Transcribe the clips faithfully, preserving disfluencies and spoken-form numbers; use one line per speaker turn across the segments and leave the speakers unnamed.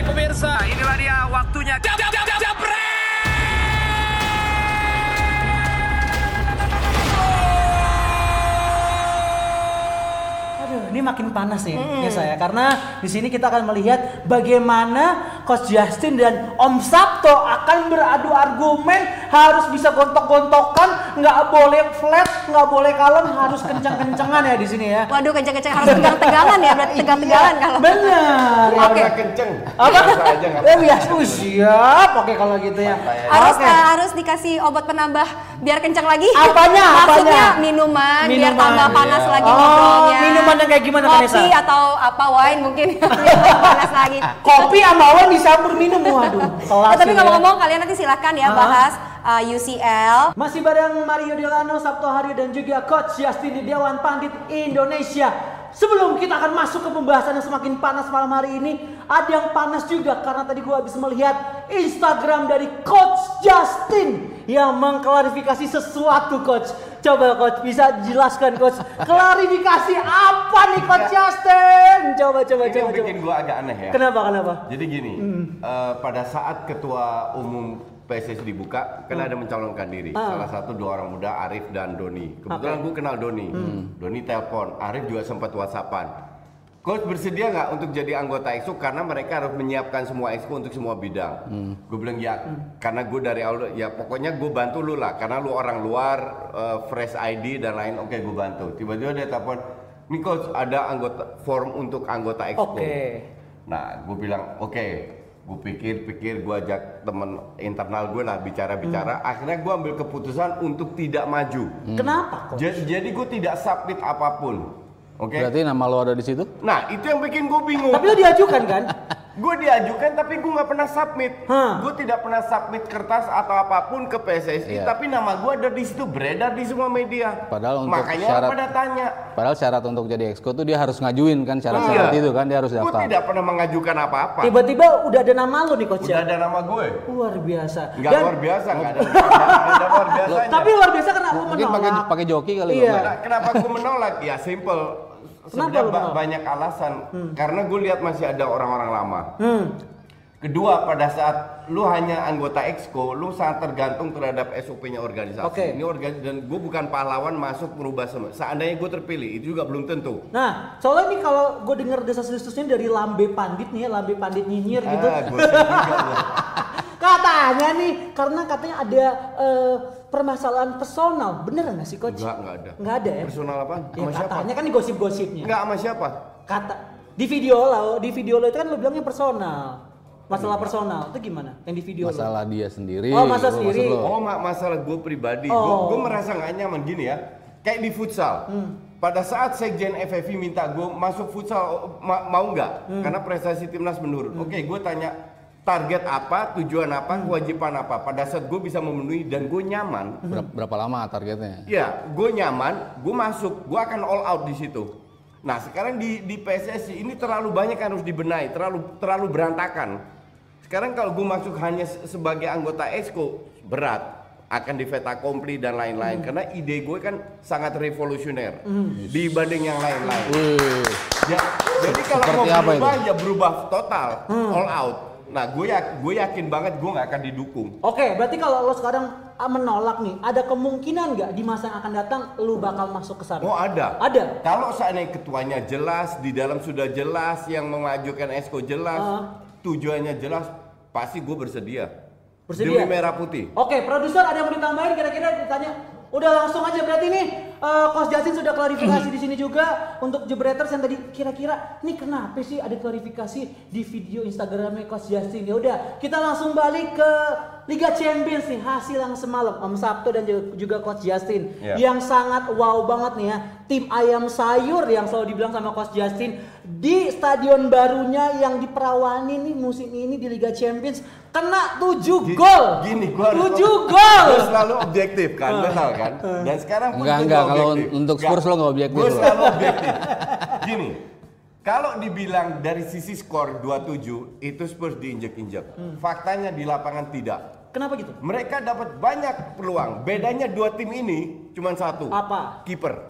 Baik pemirsa, inilah dia waktunya. Jab, jab, jab, jab,
Ini makin panas nih, mm. ya saya, karena di sini kita akan melihat bagaimana Coach Justin dan Om Sabto akan beradu argumen, harus bisa gontok-gontokan, nggak boleh flat, nggak boleh kalem, harus kencang-kencangan ya di sini ya.
Waduh, kencang-kencang harus tegang-tegangan ya, berarti tegang-tegangan kalau.
Benar.
Oke. Okay. Kenceng.
Apa? Eh biasa, siap. Oke kalau gitu ya.
Harus
okay.
uh, harus dikasih obat penambah biar kencang lagi.
Apanya?
Maksudnya
apanya?
minuman,
minuman
biar tambah panas
iya.
lagi
oh,
ngobrolnya.
Minuman yang kayak gimana Vanessa?
Kopi atau apa wine mungkin biar panas lagi.
Kopi sama wine dicampur minum, waduh.
Ya, tapi ngomong-ngomong kalian nanti silahkan ya bahas uh, U C L.
Masih bareng Mario Delano, Sabto Hari dan juga Coach Justin Dewan Pandit Indonesia. Sebelum kita akan masuk ke pembahasan yang semakin panas malam hari ini, ada yang panas juga karena tadi gua habis melihat Instagram dari Coach Justin yang mengklarifikasi sesuatu, Coach. Coba Coach bisa jelaskan, Coach. Klarifikasi apa nih Coach Justin? Coba coba
Ini
coba.
yang bikin gua agak aneh ya.
Kenapa kenapa?
Jadi gini, hmm. uh, pada saat ketua umum P S S I dibuka, kan hmm. ada mencalonkan diri. Ah. Salah satu dua orang muda, Arif dan Doni. Kebetulan okay. gue kenal Doni. Hmm. Doni telepon, Arif juga sempat WhatsAppan. Coach bersedia nggak untuk jadi anggota Exco karena mereka harus menyiapkan semua Exco untuk semua bidang. Hmm. Gue bilang ya, hmm. karena gue dari awal ya pokoknya gue bantu lu lah, karena lu orang luar, uh, fresh I D dan lain. Oke, okay, gue bantu. Tiba-tiba dia telepon, nih Coach ada anggota form untuk anggota Exco.
Oke. Okay.
Nah, gue bilang oke. Okay. Gue pikir-pikir, gue ajak temen internal gue lah bicara-bicara. Hmm. Akhirnya gue ambil keputusan untuk tidak maju.
Hmm. Kenapa? Coach?
Jadi, jadi gue tidak submit apapun. Oke. Okay?
Berarti nama lo ada di situ?
Nah, itu yang bikin gue bingung.
Tapi lo diajukan kan?
Gue diajukan tapi gue nggak pernah submit. Huh. Gue tidak pernah submit kertas atau apapun ke P S S I. Yeah. Tapi nama gue ada di situ, beredar di semua media.
Padahal untuk
makanya
syarat,
pada tanya.
Padahal syarat untuk jadi Exco tuh dia harus ngajuin kan syarat-syarat iya. itu kan dia harus daftar.
Gue tidak pernah mengajukan apa-apa.
Tiba-tiba udah ada nama lo nih Coach.
Udah ada nama gue.
Luar biasa.
Nggak Dan, luar biasa, nggak ada, ada luar biasanya.
Tapi luar biasa karena lo
mungkin pakai pakai joki kali.
Iya.
Kenapa, kenapa gue menolak? Ya simple. Sebenarnya ba- banyak alasan. Hmm. Karena gue lihat masih ada orang-orang lama. Hmm. Kedua, pada saat lu hanya anggota Exco, lu sangat tergantung terhadap S O P-nya organisasi.
Okay.
Ini organisasi dan gue bukan pahlawan masuk merubah semua. Seandainya gue terpilih, itu juga belum tentu.
Nah, soalnya ini kalau gue dengar desas-desusnya dari Lambe Pandit nih, ya, Lambe Pandit nyinyir gitu.
Ah, gue juga.
Katanya nih, karena katanya ada uh, permasalahan personal, bener nggak sih Coach?
Enggak, enggak ada.
Enggak ada ya?
Personal apa?
Ya, katanya siapa? Kan di gosip-gosipnya.
Enggak, sama siapa?
Kata di video lo, di video lo itu kan lo bilangnya personal. Masalah personal itu gimana? Yang di video
masalah
lo?
dia sendiri.
Oh, masalah sendiri.
Oh, ma- masalah gue pribadi.
Oh.
Gue merasa nggak nyaman gini ya. Kayak di futsal. Hmm. Pada saat Sekjen F F I minta gue masuk futsal, ma- mau nggak? Hmm. Karena prestasi timnas menurun. Hmm. Oke, gue tanya target apa, tujuan apa, hmm. kewajiban apa. Pada saat gue bisa memenuhi dan gue nyaman.
Berapa, berapa lama targetnya?
Ya, gue nyaman, gue masuk, gue akan all out di situ. Nah, sekarang di di P S S I ini terlalu banyak yang harus dibenahi, terlalu terlalu berantakan. Sekarang kalau gue masuk hanya sebagai anggota Exco, berat, akan di fait accompli dan lain-lain. Hmm. Karena ide gue kan sangat revolusioner hmm. dibanding yang lain-lain. Hmm. Ya, jadi kalau mau berubah ya berubah total, hmm. all out. Nah, gue ya, gue yakin banget gue nggak akan didukung.
Oke, berarti kalau lo sekarang menolak nih, ada kemungkinan nggak di masa yang akan datang lo bakal masuk ke sana?
Oh ada.
Ada.
Kalau seandainya ketuanya jelas, di dalam sudah jelas, yang memajukan Exco jelas, uh. tujuannya jelas, pasti gue bersedia.
Bersedia.
Demi merah putih.
Oke, produser ada yang mau ditambahin kira-kira ditanya? Udah langsung aja berarti nih uh, Coach Justin sudah klarifikasi di sini juga untuk Jebreters yang tadi kira-kira nih kenapa sih ada klarifikasi di video Instagramnya Coach Justin. Ya udah, kita langsung balik ke Liga Champions nih, hasil yang semalam Om Sabto dan juga Coach Justin yeah. yang sangat wow banget nih ya. Tim ayam sayur yang selalu dibilang sama Coach Justin di stadion barunya yang diperawani nih musim ini di Liga Champions kena tujuh gol.
Gini, gua
tujuh gol.
Gue selalu objektif kan, benar kan? Dan sekarang pun
enggak enggak kalau untuk Spurs lo enggak objektif.
Gue selalu objektif. Gini, kalau dibilang dari sisi skor dua tujuh itu Spurs diinjek-injek. Hmm. Faktanya di lapangan tidak.
Kenapa gitu?
Mereka dapat banyak peluang. Bedanya dua tim ini cuma satu.
Apa?
Kiper.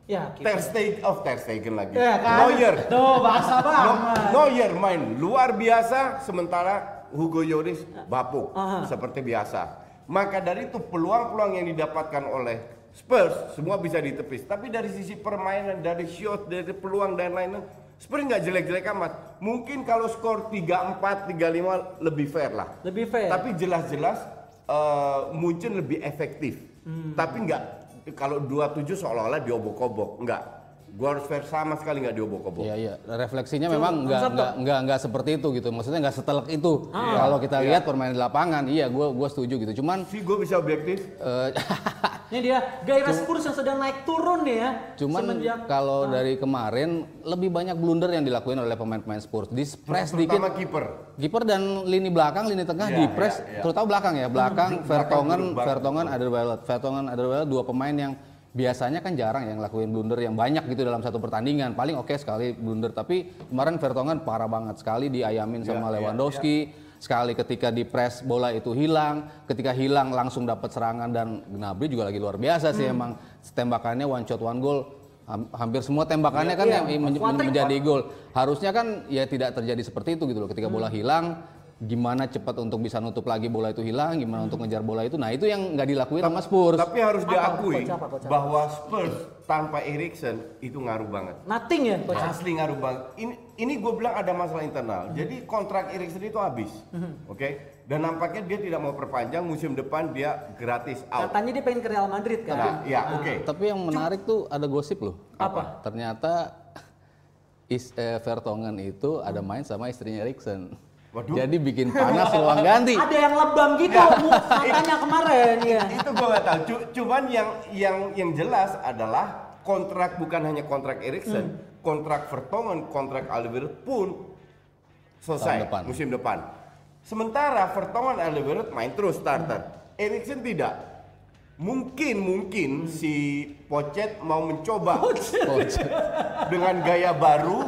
Ya,
Ter Stegen, oh Ter Stegen lagi.
Ya, kan?
Neuer.
Tuh, bahasa banget.
Neuer main luar biasa, sementara Hugo Lloris bapuk
Aha.
seperti biasa. Maka dari itu peluang-peluang yang didapatkan oleh Spurs semua bisa ditepis. Tapi dari sisi permainan, dari shot, dari peluang dan lain-lain, Spurs nggak jelek-jelek amat. Mungkin kalau skor tiga empat, tiga lima lebih fair lah.
Lebih fair.
Tapi jelas-jelas uh, Munchen lebih efektif. Hmm. Tapi nggak, kalau dua tujuh seolah-olah diobok-obok. Enggak. Gua harus fair, sama sekali nggak diobok-obok.
Iya iya, refleksinya Cuma, memang nggak nggak nggak nggak seperti itu gitu. Maksudnya nggak setelek itu.
Ah,
kalau kita
iya.
lihat permainan di lapangan, iya gue gue setuju gitu. Cuman
sih gue bisa objektif.
Uh,
Ini dia gairah Spurs yang sedang naik turun nih ya.
Cuman
semenjak,
kalau
ah.
dari kemarin lebih banyak blunder yang dilakukan oleh pemain-pemain Spurs. Di press dikit.
Terutama kiper.
Kiper dan lini belakang, lini tengah
Ya,
di press,
ya, ya.
terutama belakang ya. Belakang
Hmm,
Vertonghen,
belakang
Vertonghen, Alderweireld. Vertonghen, Alderweireld dua pemain yang biasanya kan jarang yang ngelakuin blunder yang banyak gitu dalam satu pertandingan. Paling oke okay sekali blunder, tapi kemarin Vertonghen parah banget sekali diayamin sama
ya,
Lewandowski. Ya, ya. Sekali ketika di press bola itu hilang, ketika hilang langsung dapat serangan, dan Gnabry juga lagi luar biasa sih hmm. emang tembakannya one shot one goal. Hampir semua tembakannya ya, kan
iya.
yang men men menjadi gol. Harusnya kan ya tidak terjadi seperti itu gitu loh. Ketika hmm. bola hilang, gimana cepat untuk bisa nutup lagi bola itu hilang, gimana hmm. untuk ngejar bola itu. Nah, itu yang nggak dilakuin sama Spurs.
Tapi harus diakui
apa, coach, apa, coach, apa?
bahwa Spurs tanpa Eriksen itu ngaruh banget.
Nothing ya, coach?
Asli ngaruh banget. Ini ini gue bilang ada masalah internal. Hmm. Jadi kontrak Eriksen itu habis. Hmm. Oke. Okay? Dan nampaknya dia tidak mau perpanjang, musim depan dia gratis out.
Katanya dia pengen ke Real Madrid kan?
Nah, ya,
nah.
oke. Okay.
Tapi yang menarik tuh ada gosip loh.
Apa?
Ternyata is, eh, Vertonghen itu ada main sama istrinya Eriksen.
Waduh.
Jadi bikin panas ruang ganti.
Ada yang lebam gitu matanya kemarin ya.
Itu gue nggak tahu. Cuman yang yang yang jelas adalah kontrak, bukan hanya kontrak Eriksen, hmm. kontrak Vertonghen, kontrak Alderweireld pun selesai
depan.
musim depan. Sementara Vertonghen, Alderweireld main terus starter. Hmm. Eriksen tidak. Mungkin mungkin hmm. si Pochettino mau mencoba dengan gaya baru.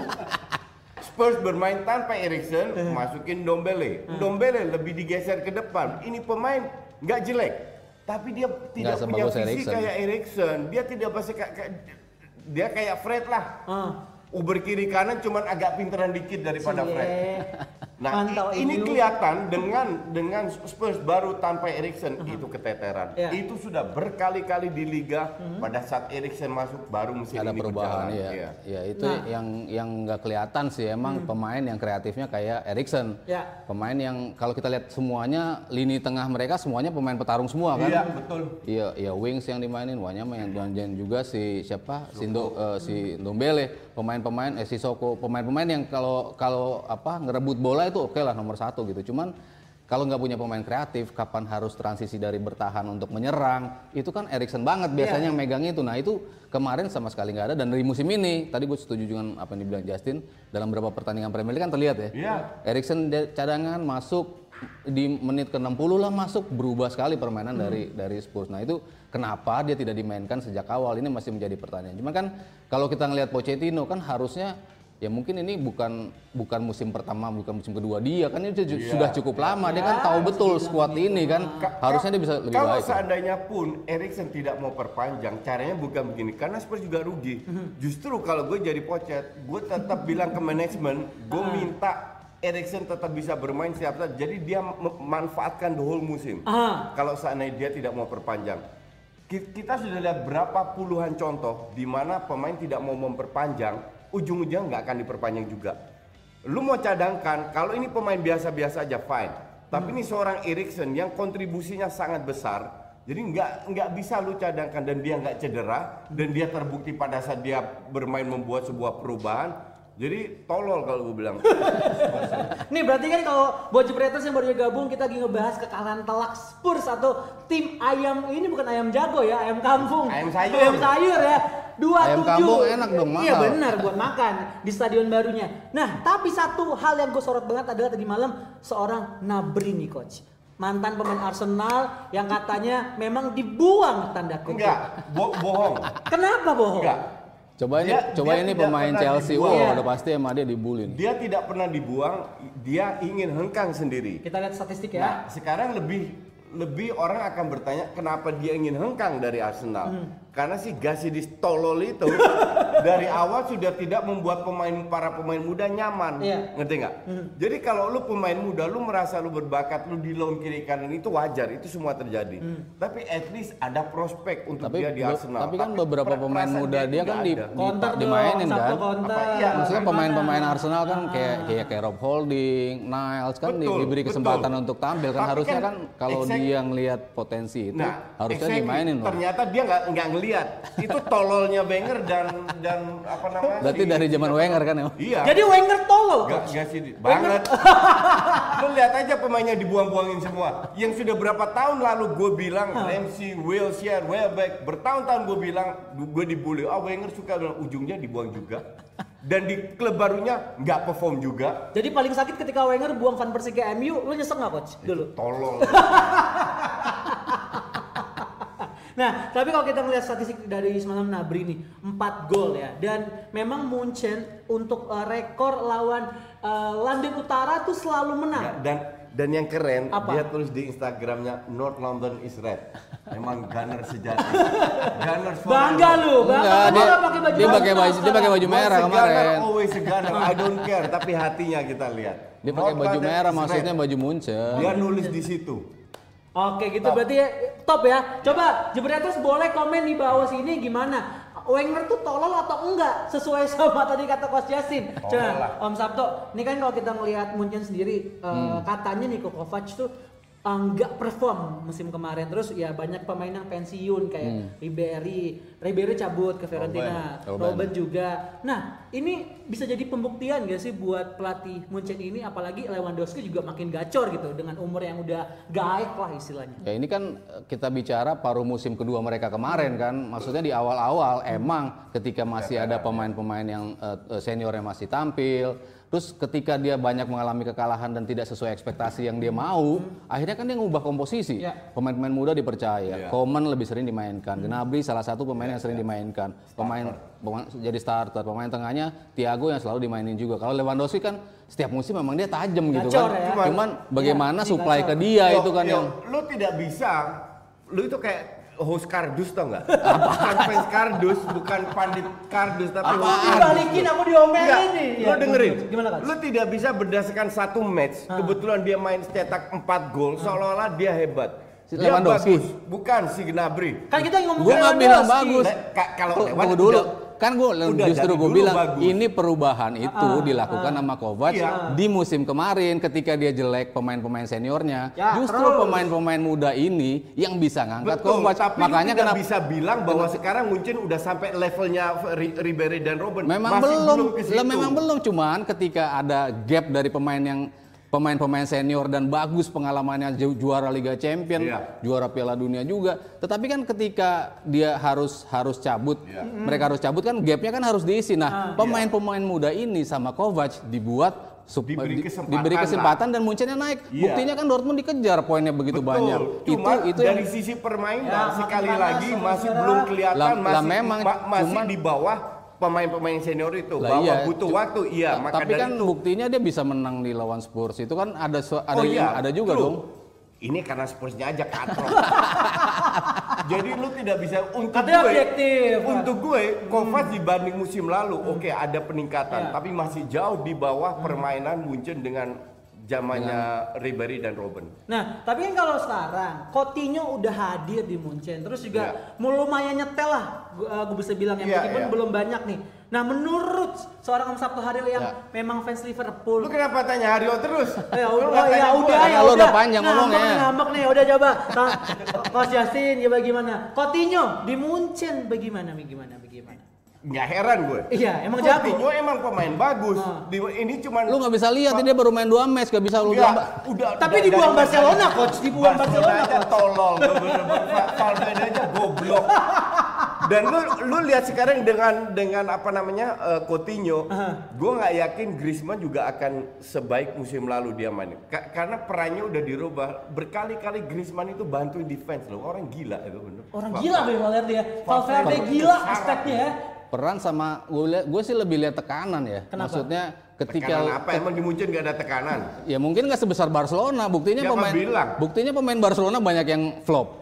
Spurs bermain tanpa Eriksen, uh. masukin Ndombele. Uh. Ndombele lebih digeser ke depan. Ini pemain nggak jelek, tapi dia tidak
nggak
punya visi
Eriksen.
kayak Eriksen. Dia tidak pasti kayak dia kayak Fred lah. Uh. Uber kiri kanan cuman agak pinteran dikit daripada
Cie.
Fred. Nah,
Mantau
ini
itu.
kelihatan dengan dengan Spurs baru tanpa Eriksen uh-huh. itu keteteran.
Yeah.
Itu sudah berkali-kali di liga uh-huh. pada saat Eriksen masuk baru musim
ada
ini
perubahan
berjalan.
ya.
Iya.
Ya itu
Nah.
yang yang nggak kelihatan sih emang hmm. pemain yang kreatifnya kayak Eriksen.
Ya.
Pemain yang kalau kita lihat semuanya lini tengah mereka semuanya pemain petarung semua kan.
Iya, betul.
Iya, iya Wings yang dimainin, Wanyama yang dan juga si siapa? Si Ndo, uh, si Ndombele, pemain-pemain eh si Soko, pemain-pemain yang kalau kalau apa ngerebut bola itu oke lah nomor satu gitu. Cuman kalau nggak punya pemain kreatif, kapan harus transisi dari bertahan untuk menyerang, itu kan Eriksen banget biasanya yeah. yang megang itu. Nah itu kemarin sama sekali nggak ada, dan dari musim ini, tadi gue setuju dengan apa yang dibilang Justin, dalam beberapa pertandingan Premier League kan terlihat ya,
yeah.
Eriksen cadangan masuk, di menit ke enam puluh lah masuk, berubah sekali permainan hmm. dari dari Spurs. Nah itu kenapa dia tidak dimainkan sejak awal, ini masih menjadi pertanyaan. Cuman kan kalau kita ngelihat Pochettino kan harusnya, ya mungkin ini bukan bukan musim pertama, bukan musim kedua dia kan, ini yeah. sudah cukup lama, yeah. dia kan tahu betul skuad ini kan,
Ka
harusnya dia bisa lebih
kalau
baik.
Kalau seandainya pun Eriksen tidak mau perpanjang, caranya bukan begini, karena Spurs juga rugi. Justru kalau gue jadi Pochettino, gue tetap bilang ke manajemen, gue minta Eriksen tetap bisa bermain siap saja, jadi dia memanfaatkan the whole musim.
Ah.
Kalau seandainya dia tidak mau perpanjang, kita sudah lihat berapa puluhan contoh di mana pemain tidak mau memperpanjang, ujung-ujungnya nggak akan diperpanjang juga. Lu mau cadangkan, kalau ini pemain biasa-biasa aja fine, tapi hmm. ini seorang Eriksen yang kontribusinya sangat besar, jadi nggak nggak bisa lu cadangkan dan dia nggak cedera dan dia terbukti pada saat dia bermain membuat sebuah perubahan. Jadi tolol kalau gue bilang.
Nih berarti kan kalau buat Jebreters yang baru gabung, kita lagi ngebahas kekalahan telak Spurs atau tim ayam, ini bukan ayam jago ya, ayam kampung.
Ayam sayur.
Ayam sayur ya. dua tujuh.
Ayam kampung enak dong, mahal.
Iya benar, buat makan di stadion barunya. Nah, tapi satu hal yang gue sorot banget adalah tadi malam seorang Gnabry nih coach. Mantan pemain Arsenal yang katanya memang dibuang tanda kutip.
Enggak, bo bohong.
Kenapa bohong?
Enggak.
Coba ini,
Dia-
coba
dia
ini
tidak
pemain
pernah
Chelsea,
dibuang.
wah
Iya.
udah pasti emang dia dibully nih.
Dia tidak pernah dibuang, dia ingin hengkang sendiri.
Kita lihat statistik
Nah,
ya.
sekarang lebih lebih orang akan bertanya kenapa dia ingin hengkang dari Arsenal.
Hmm.
Karena si Gazidis tolol itu dari awal sudah tidak membuat pemain para pemain muda nyaman,
Iya.
ngerti nggak?
Hmm.
Jadi kalau lu pemain muda, lu merasa lu berbakat, lu di loan kiri kanan itu wajar, itu semua terjadi.
Hmm.
Tapi at least ada prospek untuk
Tapi
dia di
be-
Arsenal.
tapi kan beberapa
per-
pemain
perasaan
muda dia
itu
kan
nggak
di,
ada.
di
Counter tuh,
dimainin
Sabtu
kan.
counter.
Apa, iya.
Maksudnya
Gimana?
pemain-pemain Arsenal kan
Ah.
kayak kayak kayak Rob Holding, Niles kan di-
Betul,
diberi kesempatan
betul.
untuk tampil kan.
Tapi
harusnya
kan
kan kalau
exact-
dia ngelihat potensi itu
Nah,
harusnya
exactly.
dimainin loh.
Ternyata dia nggak nggak ngelihat. Itu tololnya Wenger dan dan apa namanya?
Berarti
si-
dari zaman
si-
Wenger kan ya.
Iya.
Jadi Wenger tolol,
Gak,
Coach.
gak sih, banget. Lu lihat aja pemainnya dibuang-buangin semua. Yang sudah berapa tahun lalu gue bilang Ramsey, Wilshere, Welbeck, bertahun-tahun gue bilang gue dibully. Ah Wenger suka, ujungnya dibuang juga. Dan di klub barunya nggak perform juga.
Jadi paling sakit ketika Wenger buang Van Persie ke M U, lu nyesek nggak, Coach? Dulu.
Tolol.
Nah, tapi kalau kita melihat statistik dari semalam Nabri nih, empat gol ya. Dan memang Munchen untuk uh, rekor lawan uh, London Utara tuh selalu menang.
Ya, dan dan yang keren,
Apa?
dia tulis di Instagramnya North London is red. Emang gunner sejati. Gunners forever.
Bangga lu, bangga.
Enggak,
Lu
dia,
nggak pakai baju
dia pakai
Arsenal
baju dia pakai baju
Once
merah
a gunner,
kemarin.
always a gunner. I don't care, tapi hatinya kita lihat.
Dia pakai
North
baju
London
merah
is red.
maksudnya baju Munchen.
Dia nulis di situ.
Oke gitu
Top.
berarti ya, top ya. Coba Jebreters boleh komen di bawah sini gimana? Wenger tuh tolol atau enggak sesuai sama tadi kata Coach Yasin.
Tolol
Coba
lah.
Om Sabto, ini kan kalau kita melihat Munchen sendiri eh, katanya Niko Kovac tuh eh, enggak perform musim kemarin, terus ya banyak pemain yang pensiun kayak Ribery, Ribery cabut ke Fiorentina,
Robben.
Robben juga. Nah ini bisa jadi pembuktian gak sih buat pelatih Munchen ini, apalagi Lewandowski juga makin gacor gitu dengan umur yang udah gaek lah istilahnya.
Ya ini kan eh, kita bicara paruh musim kedua mereka kemarin kan, maksudnya di awal-awal emang ketika masih ada pemain-pemain yang eh, seniornya masih tampil, terus ketika dia banyak mengalami kekalahan dan tidak sesuai ekspektasi yang dia mau, akhirnya kan dia ngubah komposisi.
Ya.
Pemain-pemain muda dipercaya,
Ya.
Coman lebih sering dimainkan, Gnabry salah satu pemain yang sering dimainkan, pemain, pemain jadi starter, pemain tengahnya Thiago yang selalu dimainin juga. Kalau Lewandowski kan setiap musim memang dia tajam gitu
Gacor
kan.
ya.
Cuman bagaimana
Iya,
supply
gacor.
ke dia
Yo,
itu kan
yo,
yang
lu tidak bisa. Lu itu kayak host kardus tau nggak? Bukan fans kardus, bukan pandit kardus, tapi
Aku
host kardus.
dibalikin, aku diomelin
Enggak,
nih.
lu
Ya,
dengerin.
Gimana Coach?
Lu tidak bisa berdasarkan satu match, kebetulan dia main cetak empat gol, seolah-olah dia hebat.
Si
Dia
Lewandowski.
bagus, bukan si Gnabry.
Kan kita ngomong
Gua nggak bilang bagus.
Nah, ka- kalau
Tunggu
lewat
dulu,
udah-
kan gue
udah
justru
dari
gue
dulu
bilang
bagus.
ini perubahan itu dilakukan sama Kovac
Iya.
di musim kemarin ketika dia jelek pemain-pemain seniornya,
Ya,
justru
terus.
pemain-pemain muda ini yang bisa ngangkat
Betul,
Kovac.
tapi
Makanya
lu tidak
kenapa
bisa bilang bahwa sekarang Munchen udah sampai levelnya Ri- Ribery dan Robben.
memang
Masih
belum,
ke situ.
lah memang belum cuman ketika ada gap dari pemain yang pemain-pemain senior dan bagus pengalamannya ju- juara Liga Champions,
Iya.
juara Piala Dunia juga. Tetapi kan ketika dia harus harus cabut,
Iya.
mereka harus cabut kan gapnya kan harus diisi. Nah, pemain-pemain muda ini sama Kovac dibuat sup-
Diberi
di-
kesempatan
diberi
lah.
kesempatan dan Munchennya naik.
Iya.
Buktinya kan Dortmund dikejar poinnya begitu
Betul.
banyak.
Cuma
itu itu yang
dari sisi permainan
Ya,
sekali
makin panas,
lagi
makin
masih
cerah.
belum kelihatan,
Lah-
masih
lah memang,
ma- masih
cuman-
di bawah pemain-pemain senior itu.
Lah
Bahwa
iya,
butuh
cu-
waktu, iya.
Ta-
Maka
tapi
dari
kan
itu.
buktinya dia bisa menang di lawan Spurs itu kan ada su- ada
Oh iya,
ada juga
true.
dong.
Ini karena Spursnya aja katrok. Jadi lu tidak bisa untuk
Katanya
gue.
objektif.
Untuk gue, Kovac dibanding musim lalu, oke ada
Ya.
peningkatan, tapi masih jauh di bawah permainan Munchen dengan zamannya Ribery dan Robben.
Nah, tapi kan kalau sekarang Coutinho udah hadir di Munchen, terus juga
Iya.
lumayan nyetel lah, gue bisa bilang ya,
Iya,
meskipun
iya.
belum banyak nih. Nah, menurut seorang Om Sabtu Haril yang
Ya.
memang fans Liverpool,
Lu kenapa tanya Haryo terus?
ya
Lu
udah,
nggak
oh, ya
tanya
udah,
gua.
ya
Karena lu
udah.
udah panjang
Ngambek
ngomongnya.
nih, ngambek nih, udah coba. Ka- Coach Yasin, coba gimana? Coutinho di Munchen bagaimana, bagaimana, bagaimana?
Nggak heran gue.
Iya, emang jago.
Coutinho emang pemain bagus.
Nah.
Di, ini cuman
Lu nggak bisa lihat dia baru main dua match, gak bisa lu
Ya,
bilang.
udah,
Tapi
udah
dibuang
dari-
Barcelona, Coach. Dibuang Barcelona,
aja
Coach.
tolol. Valverde aja goblok. Dan lu lu lihat sekarang dengan dengan apa namanya uh, Coutinho, gue nggak yakin Griezmann juga akan sebaik musim lalu dia main. Ka- karena perannya udah dirubah. Berkali-kali Griezmann itu bantuin defense loh. Orang gila itu bener.
Orang
Wah,
gila Bang Valverde ya. Valverde
Valverde
gila
sangat.
aspeknya ya.
Peran sama gue lihat gue sih lebih lihat tekanan ya.
Kenapa?
Maksudnya ketika
Tekanan apa? Emang di Munchen nggak ada tekanan?
ya mungkin nggak sebesar Barcelona. Buktinya
Siapa
pemain
bilang?
buktinya pemain Barcelona banyak yang flop.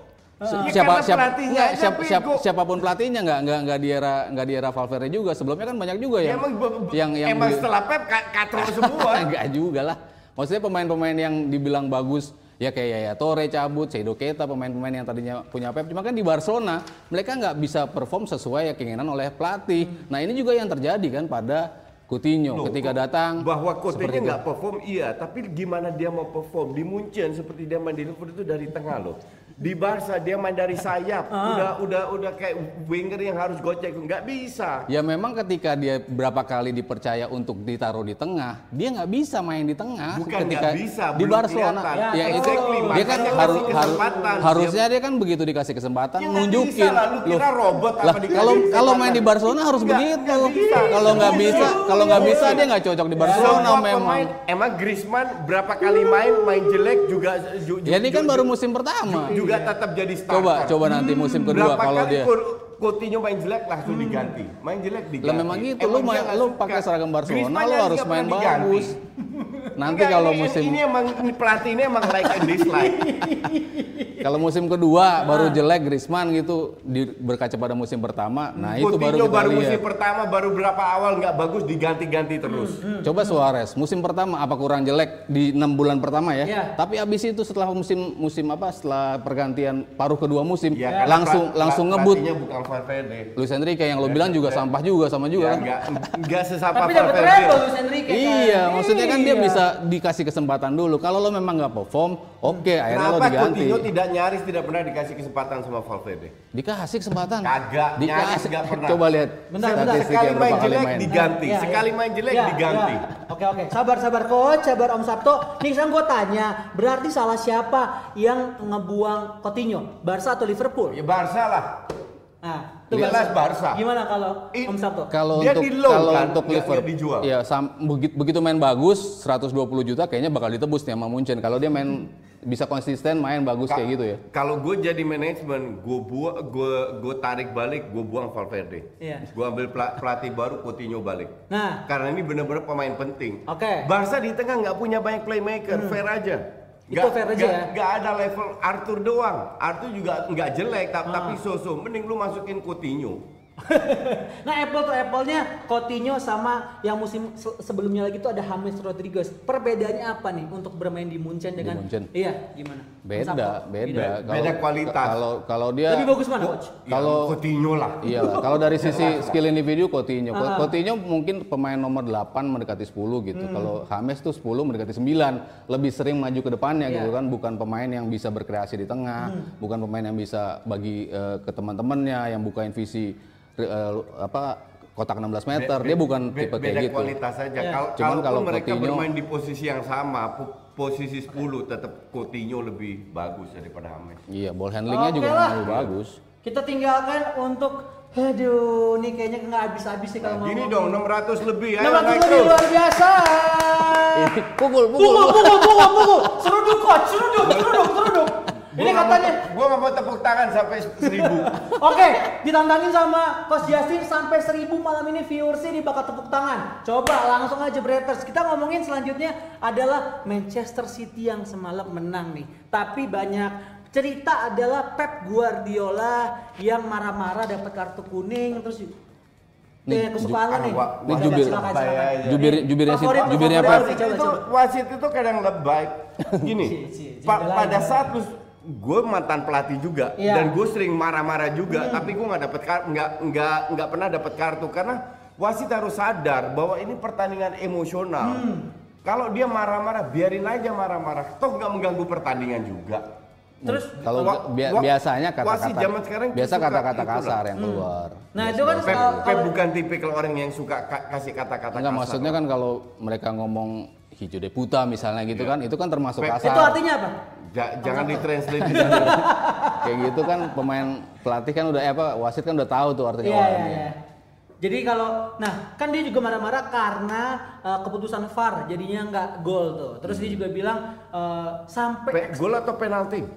Si-
Ya,
siapa
karena
siapa
pelatihnya
nggak,
aja
siapa, siapa,
bego.
siapapun pelatihnya nggak nggak nggak di era nggak di era Valverde juga. Sebelumnya kan banyak juga
Ya,
yang
emang, be- be-
yang yang
emang
beli-
setelah Pep ka- katro semua.
Enggak juga lah. Maksudnya pemain-pemain yang dibilang bagus ya kayak Yaya Toure cabut, Seydou Keita, pemain-pemain yang tadinya punya Pep. Cuma kan di Barcelona mereka nggak bisa perform sesuai keinginan oleh pelatih. Nah ini juga yang terjadi kan pada Coutinho
Loh,
ketika
kok
datang.
bahwa
seperti
Coutinho
itu.
nggak perform iya, tapi gimana dia mau perform di Munchen seperti dia main di Liverpool itu dari tengah loh. Di Barca dia main dari sayap, udah udah udah kayak winger yang harus gocek, nggak bisa.
Ya memang ketika dia berapa kali dipercaya untuk ditaruh di tengah, dia nggak bisa main di tengah.
Bukan
ketika
nggak bisa,
di
belum
Barcelona.
kelihatan.
Ya,
Ya,
itu
exactly,
dia kan
makanya
harus
kasih
harus
kesempatan.
harusnya dia kan begitu dikasih kesempatan
Ya, nggak
nunjukin.
bisa lah, lu kira robot apa
lah,
dikasih
kalau
kesempatan?
kalau main di Barcelona harus
Nggak,
begitu.
nggak bisa.
Kalau nggak bisa, kalau nggak bisa dia nggak cocok di Barcelona
Semua
memang.
pemain, emang Griezmann berapa kali main main jelek juga ju, ju,
Ya ini kan
ju-
baru
ju-
musim pertama.
juga tetap jadi starter.
Coba coba nanti musim kedua
Berapa
kalau
kali
dia.
Cou- Coutinho main jelek langsung diganti. Main jelek diganti.
Lah memang gitu, lu
Emang
main,
dia nggak
lu
suka.
pakai seragam Barcelona,
Griezmann
lu
aja
harus
nggak
main
pernah diganti.
bagus. Nanti
Enggak,
kalau
ini,
musim
ini emang ini pelatih ini emang like and dislike.
kalau musim kedua baru jelek Griezmann gitu di, berkaca pada musim pertama, nah itu baru
Coutinho
kita
baru
lihat.
musim pertama baru berapa awal nggak bagus diganti-ganti terus.
Coba Suarez musim pertama apa kurang jelek di enam bulan pertama ya?
Iya.
Tapi abis itu setelah musim musim apa setelah pergantian paruh kedua musim
Ya, karena
langsung
pelat-
langsung
pelat-
ngebut.
pelatihnya bukan Valverde.
Luis Enrique yang lo bilang juga sampah juga sama
Ya,
juga kan?
enggak enggak sesapa
Tapi dapat
Valverde.
treble Luis Enrique kan.
Iya, maksudnya kan dia
Iya.
bisa dikasih kesempatan dulu. Kalau lo memang nggak perform, oke akhirnya lo
Kenapa
diganti.
Coutinho tidak nyaris tidak pernah dikasih kesempatan sama Valverde?
Dikasih kesempatan.
Kagak, nyaris
Dikasih.
nggak pernah.
Coba lihat
Bentar, bentar.
statistik
Sekali
yang
main
berapa kali
jelek
main.
diganti,
Ya,
sekali
ya.
main jelek
Ya,
diganti.
ya. Oke oke, sabar sabar coach, sabar Om Sabto. Nih sekarang gue tanya, berarti salah siapa yang ngebuang Coutinho? Barca atau Liverpool?
Ya Barca lah.
Nah, itu
Jelas Barca.
Gimana kalau
I-
Om Sabto?
Kalau
Dia
untuk
di loan
kalau
kan,
untuk
nggak-
Liverpool,
nggak dijual.
ya sam- begitu, begitu main bagus seratus dua puluh juta kayaknya bakal ditebus nih sama Munchen. Kalau dia main bisa konsisten main bagus
Ka-
kayak gitu ya.
Kalau gue jadi manajemen, gue buang, gue gue tarik balik, gue buang Valverde.
Iya.
Gue ambil pela- pelatih baru, Coutinho balik.
Nah,
Karena ini benar-benar pemain penting.
Oke.
Barca di tengah nggak punya banyak playmaker, fair aja.
Itu fair aja ya?
Nggak ada level Arthur doang. Arthur juga nggak jelek, ta-
Ah.
tapi so-so. Mending lu masukin Coutinho.
nah apple to apple-nya Coutinho sama yang musim se- sebelumnya lagi itu ada James Rodriguez. Perbedaannya apa nih untuk bermain di Munchen dengan
Munchen.
Iya, gimana? Om
Beda,
Sabto?
beda. Kalau-
Beda kualitas.
Kalau kalau dia
Lebih bagus mana, coach?
Kalau-
Ya, Coutinho lah.
Iya lah, kalau dari sisi skill individu Coutinho, Coutinho mungkin pemain nomor delapan mendekati sepuluh gitu.
Hmm.
Kalau James tuh sepuluh mendekati sembilan, lebih sering maju ke depannya
Iya.
gitu kan, bukan pemain yang bisa berkreasi di tengah,
Hmm.
bukan pemain yang bisa bagi eh, ke teman-temannya, yang bukain visi eh, apa kotak enam belas meter.
Be-
Dia bukan
be-
tipe
beda
kayak gitu.
kualitas saja.
Ya.
Kalau
Cuman
kalaupun
kalau
mereka
Coutinho-
bermain di posisi yang sama, po- posisi sepuluh, tetap Coutinho lebih bagus daripada James.
Iya, ball handlingnya
Oke
juga
lah.
lebih bagus.
Kita tinggalkan untuk aduh, nih kayaknya nggak habis-habis sih kalau
Nah, gini
ngomong.
dong, enam ratus lebih, ayo
enam ratus
naik
lebih
terus.
luar biasa.
Ini pukul, pukul.
Pukul, pukul, pukul, pukul. Seruduk coach, seruduk, seruduk, seruduk. Ini
Gua nggak mau
katanya.
te- Gua nggak mau tepuk tangan sampai seribu.
Oke, ditantangin sama Coach Justin sampai seribu malam ini viewersnya di bakal tepuk tangan. Coba langsung aja Bretters. Kita ngomongin selanjutnya adalah Manchester City yang semalam menang nih. Tapi banyak cerita adalah Pep Guardiola yang marah-marah dapat kartu kuning terus
Nih,
eh, kesukaan lo
ju-
nih.
ah, wa-
Ini
Coba,
jubir-
silakan,
lebay
silakan.
aja.
Jubir jubirnya sih,
Favorit lo,
jubirnya
favorit
Pep.
lo.
Wasit
Coba,
itu,
coba.
wasit itu kadang lebay. Gini,
Si- si- si
pa-
belain,
pada
belain.
saat lu, gue mantan pelatih juga,
Iya.
dan gue sering marah-marah juga, tapi gue nggak dapet kar- nggak nggak nggak pernah dapat kartu karena wasit harus sadar bahwa ini pertandingan emosional.
Hmm.
Kalau dia marah-marah, biarin aja marah-marah, toh nggak mengganggu pertandingan juga.
Terus
Kalau
Wa-
bia-
wa-
biasanya
wasit
kata-kata
zaman sekarang tuh
biasa
suka
kata-kata
itulah.
kasar yang keluar.
Nah,
Biasa-
itu kan
biasa.
Pep,
Kalau-
Pep
kalau-
bukan tipikal orang yang suka ka- kasih kata-kata
Enggak,
kasar.
maksudnya kan kalau mereka ngomong hijau deputa misalnya gitu kan, itu kan termasuk
Pep-
kasar.
itu artinya apa?
Ja- jangan ditranslate di sini.
Kayak gitu kan pemain pelatih kan udah eh, apa wasit kan udah tahu tuh artinya
Iya, iya,
orangnya.
iya. Jadi kalau, nah kan dia juga marah-marah karena uh, keputusan V A R jadinya nggak gol tuh. Terus dia juga bilang uh, sampai
Pe- Gol atau penalti?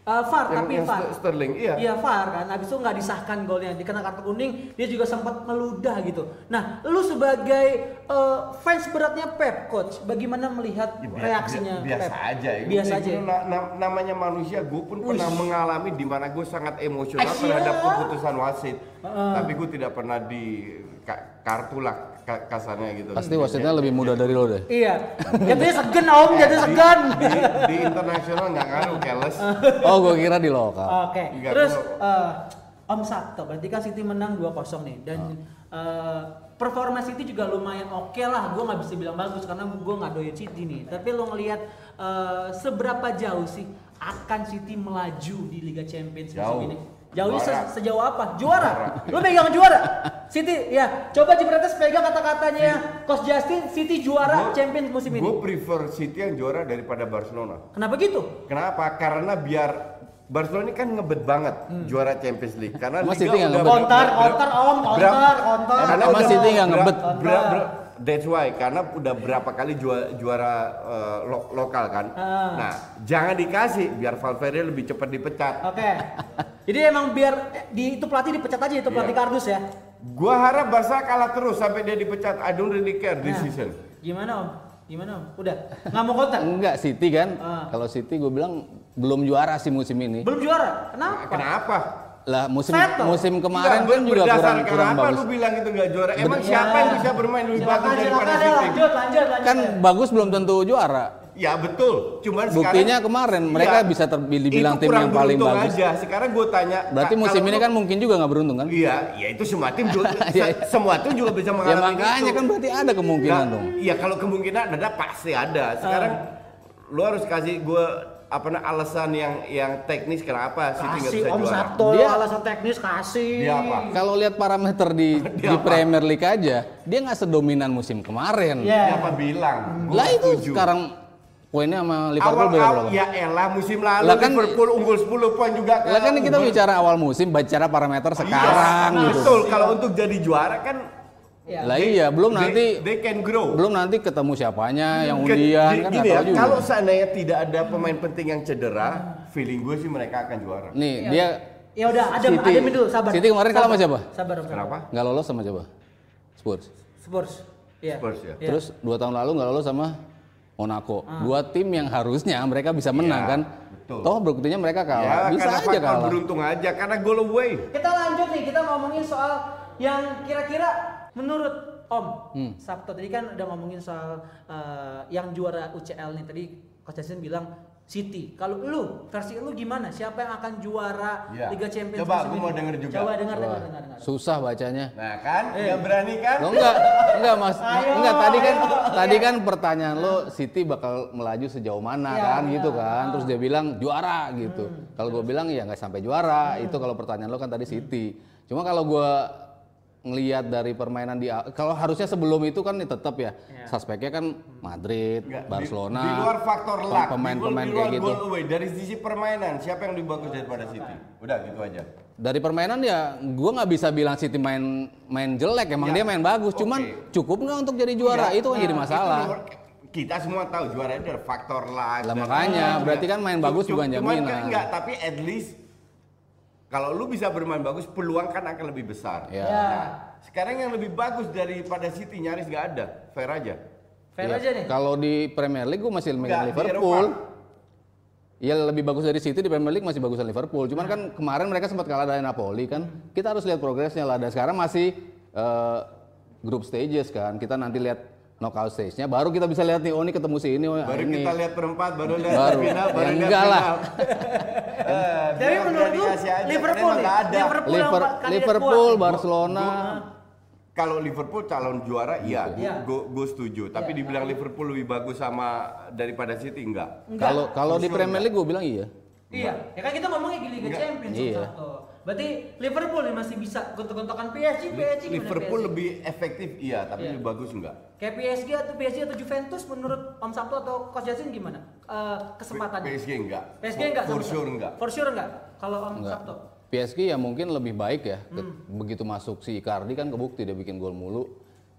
Uh, V A R
Yang-
tapi
yang
V A R.
Ster- Sterling, iya.
Iya V A R kan. Habis itu nggak disahkan golnya, dikena kartu kuning, dia juga sempat meludah gitu. Nah, lu sebagai uh, fans beratnya Pep, coach, bagaimana melihat
Ya, bi-
reaksinya
bi- biasa
Pep?
aja ya.
Biasa
Itu
aja. ya?
na- na- namanya manusia, gue pun pernah mengalami di mana gue sangat emosional
Asyik.
terhadap keputusan wasit. Tapi gue tidak pernah di ka- kartu lah ka- kasarnya gitu.
Pasti wasitnya lebih muda dari lo deh.
Iya. Jadinya segan om, jadi segan.
di, di internasional nggak ngaruh, keles.
Oh, gue kira di lokal.
Oke.
Enggak,
Terus
gua-
eh, Om Sabto, berarti kan City menang dua kosong nih dan eh, performa City juga lumayan oke lah. Gue nggak bisa bilang bagus karena gue nggak doyan City nih. Tapi lo ngelihat eh, seberapa jauh sih akan City melaju di Liga Champions musim
Jauh.
ini? Jauhnya
Juara.
se- sejauh apa? Juara. Lo pegang juara. City ya. Coba Cipretes pegang kata-katanya Coach Justin, City juara Champions musim ini.
Gue prefer City yang juara daripada Barcelona.
Kenapa gitu?
Kenapa? Karena biar Barcelona ini kan ngebet banget juara Champions League. Karena
Emang
Liga
City nggak
udah
ngebet?
Kontar,
ber-
kontar om, kontar,
berapa-
kontar.
Karena
Emang
udah
City nggak
ber-
ngebet?
ber- ber- That's why, karena udah berapa kali juara, juara eh, lo- lokal kan.
Ah.
Nah, jangan dikasih biar Valverde lebih cepat dipecat.
Oke. Jadi emang biar eh, di itu pelatih dipecat aja itu pelatih
Iya.
kardus ya.
Gua harap Barca kalah terus sampai dia dipecat. I don't really care this
Nah,
season.
Gimana om? Gimana om? Udah nggak mau kontak?
Enggak, City kan.
Ah.
Kalau City gue bilang belum juara sih musim ini.
Belum juara. Kenapa?
Kenapa?
Lah musim
Settle.
musim kemarin
Nggak,
kan juga
berdasar
kurang kurang
kenapa
bagus.
lu bilang itu nggak juara? Emang
Betul.
siapa
Ya.
yang bisa bermain lebih
Silakan,
bagus daripada
silakan, ya,
City?
lanjut, lanjut, lanjut.
Kan bagus belum tentu juara.
Ya betul. Cuman
Buktinya
sekarang,
kemarin mereka
iya,
bisa terpilih bilang
itu
tim
kurang
yang paling
beruntung
bagus.
Aja. Sekarang gue tanya.
Berarti
Kak,
musim
kalau
ini
lu-
kan mungkin juga nggak beruntung kan?
Iya, ya itu semua tim juga,
Iya.
se- semua tim juga bisa
Ya
mengalami
makanya
itu.
kan berarti ada kemungkinan
Nah,
dong.
Iya kalau kemungkinan ada pasti ada. Sekarang lu harus kasih gue apa nah, alasan yang yang teknis kenapa City nggak
Kasih
bisa
om
juara.
Sabto
Dia-
alasan teknis kasih.
Dia apa?
Kalau lihat parameter di di
apa?
Premier League aja, dia nggak sedominan musim kemarin.
Iya.
Siapa bilang? Gua
Lah itu
setuju.
sekarang poinnya sama Liverpool
awal
beda
awal
berapa?
ya elah musim lalu
Lah kan-
Liverpool unggul sepuluh poin juga.
Lah kan kita
unggul.
bicara awal musim, bicara parameter
Iya,
sekarang gitu.
betul. Kalau untuk jadi juara kan
Ya.
Lah iya, belum
they-
nanti
they can grow.
belum nanti ketemu siapanya yang
Ke-
undian
gi-
kan
gini
nggak
ya,
tahu juga.
kalau seandainya tidak ada pemain penting yang cedera, feeling gue sih mereka akan juara.
Nih,
Iya.
dia
Ya udah, adem,
City-
adem dulu, sabar.
City kemarin kalah sama
Sabar.
siapa?
Sabar, om.
Kenapa?
nggak lolos sama siapa? Spurs.
Spurs. Iya.
Spurs ya.
Iya.
Terus dua tahun lalu nggak lolos sama Monaco. Dua tim yang harusnya mereka bisa menang
Iya,
kan.
betul.
Toh buktinya mereka kalah.
Ya,
bisa
karena
aja
faktor
kalah.
beruntung aja karena goal away.
Kita lanjut nih, kita ngomongin soal yang kira-kira menurut Om
Hmm.
Sabto tadi kan udah ngomongin soal eh, yang juara U C L nih tadi Coach Justin bilang City. Kalau lu versi lu gimana? Siapa yang akan juara
Ya.
Liga Champions
Coba,
musim
gua
ini?
mau denger juga.
Coba dengar
Wah,
dengar dengar dengar.
susah bacanya.
Nah kan,
Eh.
nggak berani kan?
Lo enggak, enggak Mas.
Ayo,
enggak tadi kan
ayo.
tadi kan pertanyaan lo City bakal melaju sejauh mana
Iya,
kan
iya.
gitu kan. Terus dia bilang juara gitu. Kalau gue bilang ya nggak sampai juara. Itu kalau pertanyaan lo kan tadi City. Cuma kalau gue ngelihat dari permainan di kalau harusnya sebelum itu kan tetap ya
Iya.
suspeknya kan Madrid,
Nggak, di-
Barcelona,
Di, luar faktor luck,
pemain-pemain
di,
kayak
luar
gitu.
goal away. Dari sisi permainan, siapa yang lebih bagus daripada City? Udah gitu aja.
Dari permainan ya gue nggak bisa bilang City main main jelek, emang
Ya,
dia main bagus.
oke.
Cuman cukup nggak untuk jadi juara?
Iya.
Itu kan jadi
Nah,
masalah.
itu di luar- kita semua tahu juara itu ada faktor luck.
Lah
dan-
makanya, berarti kan main bagus
Cuma-
bukan
cuman
jaminan.
kan enggak, tapi at least kalau lu bisa bermain bagus, peluang kan akan lebih besar.
Ya.
Ya.
Sekarang yang lebih bagus daripada City nyaris nggak ada, fair aja.
Fair
Iya.
aja nih.
Kalau di Premier League gue masih megang
Nggak, di
Liverpool.
Eropa.
Ya lebih bagus dari City di Premier League masih bagusan Liverpool. Cuman kan kemarin mereka sempat kalah dari Napoli kan. Kita harus lihat progresnya lah. Dan sekarang masih eh, group stages kan. Kita nanti lihat knockout stage-nya. Baru kita bisa lihat nih, oh ini ketemu si ini. Oh,
Baru
ini.
kita lihat perempat, baru lihat
Baru.
final, baru
Ya,
lihat
enggak lah.
final. Eh,
Tapi
biar
menurut lu
dikasih aja,
Liverpool
karena
nih,
emang nggak ada.
Liverpool yang
Liver-
kandidat
Liverpool,
kuat.
Barcelona.
Kalau Liverpool calon juara, iya,
Iya.
gue setuju. Tapi
Iya.
dibilang Liverpool lebih bagus sama daripada City, enggak.
Enggak.
Kalau kalau di
For sure
Premier
enggak.
League gue bilang iya.
Iya, ya kan kita ngomongnya di Liga
Enggak.
Champions
Iya.
satu. Berarti Liverpool nih masih bisa gontok-gontokan P S G, P S G gimana
Liverpool
P S G?
lebih efektif, iya, tapi
Iya.
lebih bagus enggak.
Kayak P S G atau P S G atau Juventus menurut Om Sabto atau Coach Justin gimana? Eh, kesempatannya?
P S G enggak.
P S G enggak?
For
sama-
sure enggak.
For sure enggak? Kalau Om
Enggak.
Sabto?
P S G ya mungkin lebih baik ya. Ke- Begitu masuk si Icardi kan kebukti dia bikin gol mulu.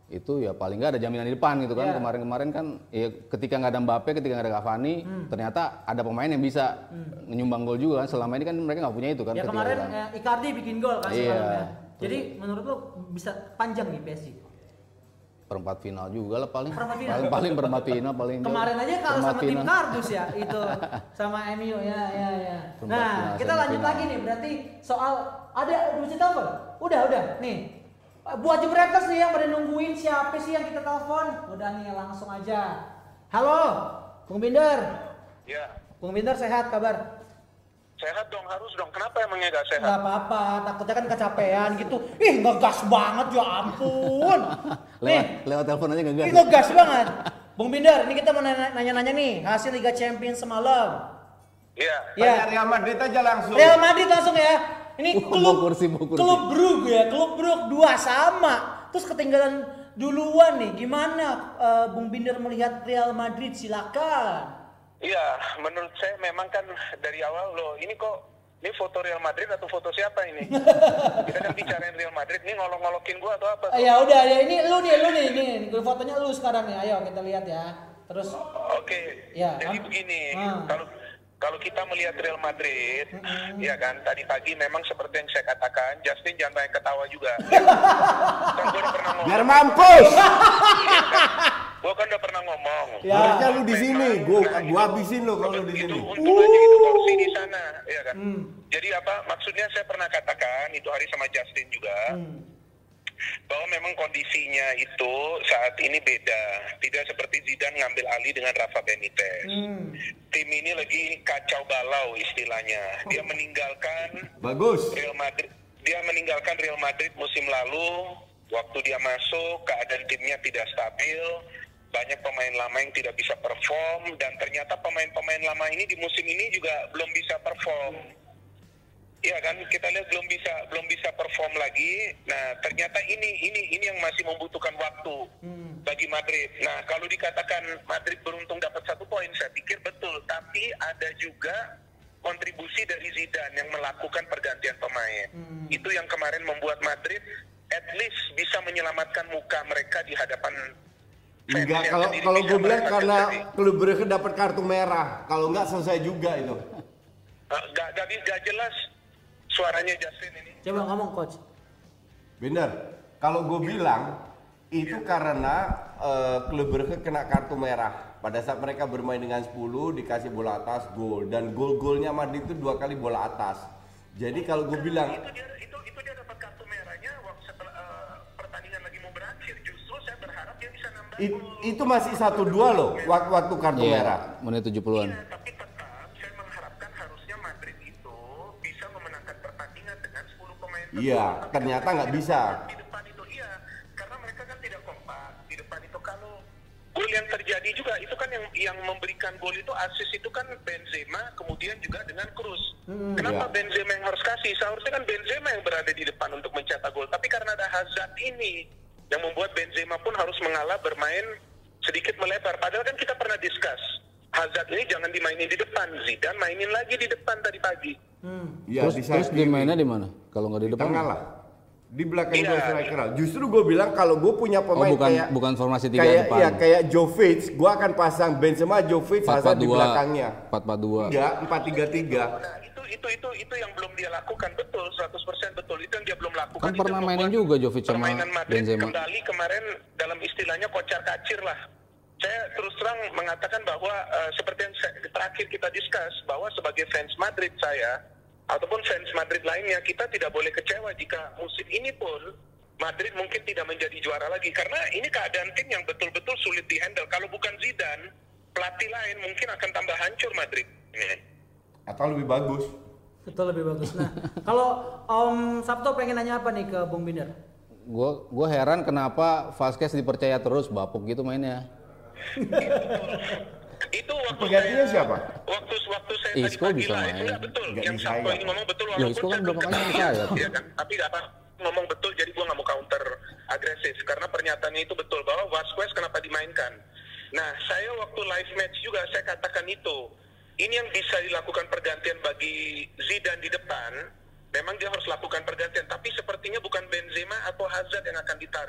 itu ya paling nggak ada jaminan di depan gitu kan.
Yeah.
Kemarin-kemarin kan ya ketika nggak ada Mbappe, ketika nggak ada Cavani, hmm. ternyata ada pemain yang bisa hmm. menyumbang gol juga kan. Selama ini kan mereka nggak punya itu kan.
Ya kemarin
kan.
eh, Icardi bikin gol kan
Iya.
semalam ya. Jadi menurut lo bisa panjang nih P S G?
Perempat final juga lah paling.
Perempat final.
Paling paling perempat final paling.
Kemarin aja kalau
perempat
sama tim
final.
kardus ya itu sama M U ya ya ya.
Perempat
Nah,
final,
kita lanjut
semifinal.
lagi nih berarti soal ada udah cerita apa? Udah udah nih. Buat jebreters nih yang pada nungguin siapa sih yang kita telepon? Udah nih langsung aja. Halo, Bung Binder.
Ya,
Bung Binder sehat kabar?
sehat dong, harus dong. Kenapa emangnya gak sehat?
Gak apa-apa, takutnya kan kecapean gitu. Ih, ngegas banget ya ampun.
lewat lewat telepon aja ngegas.
Ih, ngegas banget. Bung Binder, ini kita mau nanya-nanya nih hasil Liga Champions semalam.
Iya.
Ya.
Tanya Real Madrid aja langsung.
Real Madrid langsung ya. Ini
Bawa
klub
kursi, bawa kursi.
klub Brugge ya, klub Brugge dua sama. Terus ketinggalan duluan nih. Gimana uh, Bung Binder melihat Real Madrid? Silakan.
Iya, menurut saya memang kan dari awal loh, ini kok ini foto Real Madrid atau foto siapa ini? Kita kan bicarain Real Madrid, ini ngolok-ngolokin gua atau apa?
Uh, ya udah ya, ini lu nih, lu nih, nih, nih fotonya lu sekarang nih. Ayo kita lihat ya. Terus
Oke.
Ya,
Jadi
ah.
begini,
Ah.
kalau kalau kita melihat Real Madrid,
Mm-hmm.
ya kan tadi pagi memang seperti yang saya katakan, Justin jangan banyak ketawa juga. Ya. Kan gua udah pernah ngomong.
Biar mampus.
Gua kan udah pernah ngomong.
Ya.
Harusnya lu di sini, gua
Nah,
gua
itu-
habisin lu kalau lu di
itu
sini.
untung aja itu kursi di sana, ya kan.
Hmm.
Jadi apa? Maksudnya saya pernah katakan itu hari sama Justin juga
Hmm.
bahwa memang kondisinya itu saat ini beda, tidak seperti Zidane ngambil alih dengan Rafa Benitez.
Hmm.
Tim ini lagi kacau balau istilahnya. Dia meninggalkan
Bagus.
Real Madrid, dia meninggalkan Real Madrid musim lalu. Waktu dia masuk, keadaan timnya tidak stabil. Banyak pemain lama yang tidak bisa perform, dan ternyata pemain-pemain lama ini di musim ini juga belum bisa perform. Iya kan, kita lihat belum bisa belum bisa perform lagi. Nah, ternyata ini ini ini yang masih membutuhkan waktu
Hmm.
bagi Madrid. Nah, kalau dikatakan Madrid beruntung dapat satu poin, saya pikir betul. Tapi ada juga kontribusi dari Zidane yang melakukan pergantian pemain.
Hmm.
Itu yang kemarin membuat Madrid at least bisa menyelamatkan muka mereka di hadapan fans
Enggak,
yang
kalau
sendiri
kalau
bisa
gue bilang
mereka
karena
sendiri.
klub Brugge dapat kartu merah. Kalau enggak selesai juga itu.
Uh, gak, gak, gak jelas suaranya Justin ini.
Coba ngomong coach.
Bener. Kalau gue bilang itu karena eh, klub Brugge kena kartu merah. Pada saat mereka bermain dengan sepuluh dikasih bola atas gol, dan gol-golnya Madrid itu dua kali bola atas. Jadi kalau gue bilang
itu dia itu itu dia dapat kartu merahnya waktu setelah uh, pertandingan lagi mau berakhir. Justru saya berharap dia bisa nambah
it-
gol.
itu masih satu dua loh waktu, waktu kartu
Iya,
merah.
menit tujuh puluhan.
Iya, tapi tetap saya mengharapkan harusnya Madrid itu bisa memenangkan pertandingan dengan sepuluh pemain. terbaik.
Iya,
Tapi
ternyata
kalau
nggak
di
bisa.
depan- Di depan itu iya, karena mereka kan tidak kompak. Di depan itu kalau gol yang terjadi juga itu kan yang yang memberikan gol itu assist itu kan Benzema, kemudian juga dengan Cruz. Kenapa
Iya.
Benzema yang harus kasih? Seharusnya kan Benzema yang berada di depan untuk mencetak gol. Tapi karena ada Hazard ini yang membuat Benzema pun harus mengalah bermain sedikit melebar. Padahal kan kita pernah discuss Hazard ini jangan dimainin di depan, Zidane mainin lagi di depan tadi pagi.
Hmm.
Iya,
Terus
di
terus
sayap
di
kiri.
mainnya di mana? Kalau nggak di
Di
depan?
tengah lah. Di belakang
Iya.
gol striker. Justru gue bilang kalau gue punya
Oh,
pemain
bukan
kayak
bukan formasi tiga
kayak
depan.
ya kayak Jovic, gue akan pasang Benzema, Jovic,
empat empat
Hazard di
dua.
belakangnya.
empat empat dua.
Enggak, empat tiga tiga.
Nah, itu itu itu itu yang belum dia lakukan, betul, seratus persen betul. Itu yang dia belum lakukan.
Kan
Itu
pernah
yang
mainin
membuat
juga Jovic sama
permainan Madrid
Benzema.
kembali kemarin dalam istilahnya kocar kacir lah. Saya terus terang mengatakan bahwa eh, seperti yang saya, terakhir kita discuss bahwa sebagai fans Madrid saya ataupun fans Madrid lainnya, kita tidak boleh kecewa jika musim ini pun Madrid mungkin tidak menjadi juara lagi, karena ini keadaan tim yang betul-betul sulit dihandle. Kalau bukan Zidane, pelatih lain mungkin akan tambah hancur Madrid. Ini.
Atau lebih bagus.
Itu lebih bagus. Nah, kalau Om Sabto pengen nanya apa nih ke Bung Binder?
Gue gue heran kenapa Vasquez dipercaya terus, bapuk gitu mainnya.
Itu waktu
Penggantinya
saya,
siapa?
Waktu waktu saya
Isco
tadi pagi
bisa
lah,
main.
itu nggak betul.
Nggak
Yang
bisa,
Sabto
ya.
ini ngomong betul
Ya,
walaupun
Isco kan
saya
berapa
belum
kali
kenal.
sama saya.
Iya kan? Tapi nggak apa ngomong betul, jadi gua nggak mau counter agresif karena pernyataannya itu betul bahwa Vasquez kenapa dimainkan. Nah, saya waktu live match juga saya katakan itu. Ini yang bisa dilakukan pergantian bagi Zidane di depan. Memang dia harus lakukan pergantian, tapi sepertinya bukan Benzema atau Hazard yang akan ditarik.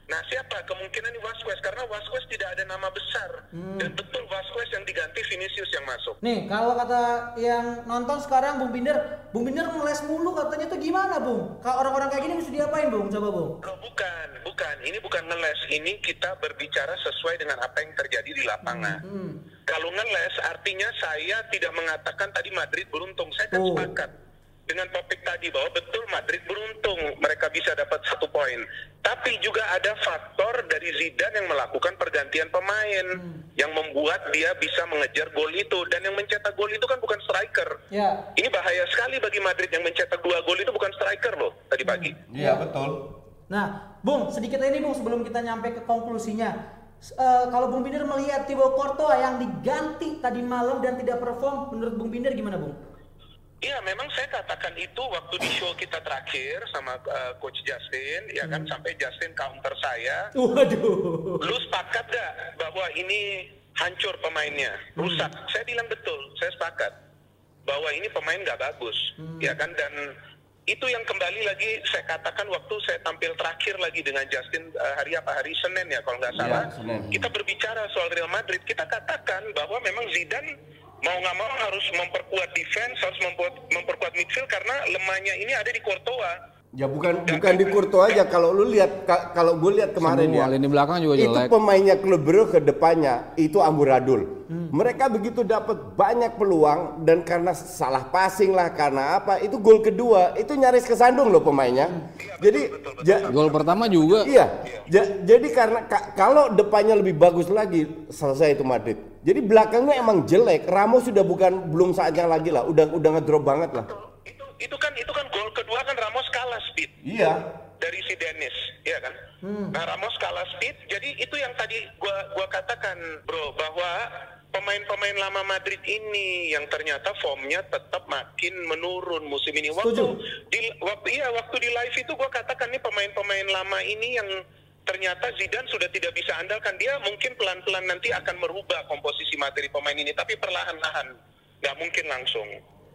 Nah, siapa? Kemungkinan ini Vasquez, karena Vasquez tidak ada nama besar. Hmm. Dan betul Vasquez yang diganti, Vinicius yang masuk.
Nih, kalau kata yang nonton sekarang, Bung Binder, Bung Binder ngeles mulu katanya tuh gimana, Bung? Kalau orang-orang kayak gini mesti diapain, Bung? Coba, Bung.
Loh, bukan, bukan. Ini bukan ngeles. Ini kita berbicara sesuai dengan apa yang terjadi di lapangan. Hmm. Hmm. Kalau ngeles, artinya saya tidak mengatakan tadi Madrid beruntung. Saya kan oh. sepakat dengan topik tadi bahwa betul Madrid beruntung mereka bisa dapat satu poin. Tapi juga ada faktor dari Zidane yang melakukan pergantian pemain hmm. yang membuat dia bisa mengejar gol itu, dan yang mencetak gol itu kan bukan striker. Ya. Ini bahaya sekali bagi Madrid, yang mencetak dua gol itu bukan striker loh tadi pagi.
Iya hmm. betul.
Nah, Bung, sedikit ini Bung sebelum kita nyampe ke konklusinya. Uh, kalau Bung Binder melihat Thibaut Courtois yang diganti tadi malam dan tidak perform, menurut Bung Binder gimana, Bung?
Iya, memang saya katakan itu waktu di show kita terakhir sama uh, Coach Justin, ya kan, hmm. sampai Justin counter saya. Waduh. Lu sepakat gak bahwa ini hancur pemainnya, rusak? Hmm. Saya bilang betul, saya sepakat bahwa ini pemain gak bagus, hmm. ya kan, dan itu yang kembali lagi saya katakan waktu saya tampil terakhir lagi dengan Justin uh, hari apa, hari Senin ya kalau nggak salah. Ya, kita berbicara soal Real Madrid, kita katakan bahwa memang Zidane mau nggak mau harus memperkuat defense, harus memperkuat, memperkuat midfield karena lemahnya ini ada di Courtois.
Ya bukan Dan bukan di Courtois aja, kalau lu lihat ka, kalau gue lihat kemarin
semua,
ya,
lini belakang juga jelek.
Itu pemainnya klub Brugge ke depannya itu amburadul. Hmm. Mereka begitu dapat banyak peluang dan karena salah passing lah, karena apa? Itu gol kedua itu nyaris kesandung loh pemainnya. Hmm. Jadi betul, betul,
ja, gol pertama juga.
Iya. Ja, jadi karena ka, kalau depannya lebih bagus lagi selesai itu Madrid. Jadi belakangnya emang jelek. Ramos sudah bukan belum saatnya lagi lah, udah udah ngedrop banget lah.
Itu itu kan itu kan gol kedua kan Ramos kalah speed.
Iya.
Dari si Dennis, ya kan? Hmm. Nah, Ramos kalah speed. Jadi itu yang tadi gua gua katakan, Bro, bahwa pemain-pemain lama Madrid ini yang ternyata formnya tetap makin menurun musim ini. Waktu Setuju. di waktu iya waktu di live itu gua katakan nih pemain-pemain lama ini yang ternyata Zidane sudah tidak bisa andalkan. Dia mungkin pelan-pelan nanti akan merubah komposisi materi pemain ini, tapi perlahan-lahan, nggak mungkin langsung.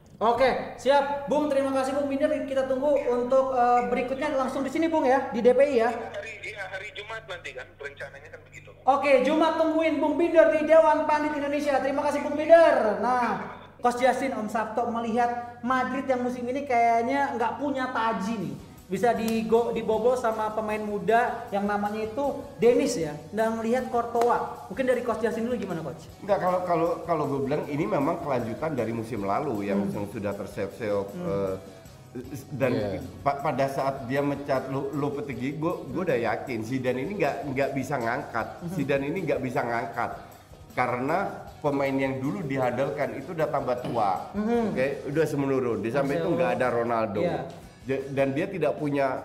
Oke, siap, Bung. Terima kasih, Bung Binder. Kita tunggu untuk uh, berikutnya langsung di sini, Bung ya, di D P I ya.
Hari, ya, hari Jumat nanti kan, rencananya kan begitu.
Oke, Jumat tungguin Bung Binder di Dewan Pandit Indonesia. Terima kasih, Bung Binder. Nah, Coach Justin, Om Sabto melihat Madrid yang musim ini kayaknya nggak punya taji nih. Bisa digo, dibobol sama pemain muda yang namanya itu Dennis ya, dan melihat Courtois. Mungkin dari Coach Justin dulu gimana, Coach?
Enggak, kalau kalau kalau gue bilang ini memang kelanjutan dari musim lalu yang, hmm. yang sudah terseok-seok hmm. uh, dan yeah. pa, pada saat dia mencat Lopetegui, gue gue udah yakin Zidane ini nggak nggak bisa ngangkat, hmm. Zidane ini nggak bisa ngangkat karena pemain yang dulu dihadalkan itu udah tambah tua, hmm. oke, okay? Udah semenurun. Di samping itu nggak ada Ronaldo. Yeah. Dan dia tidak punya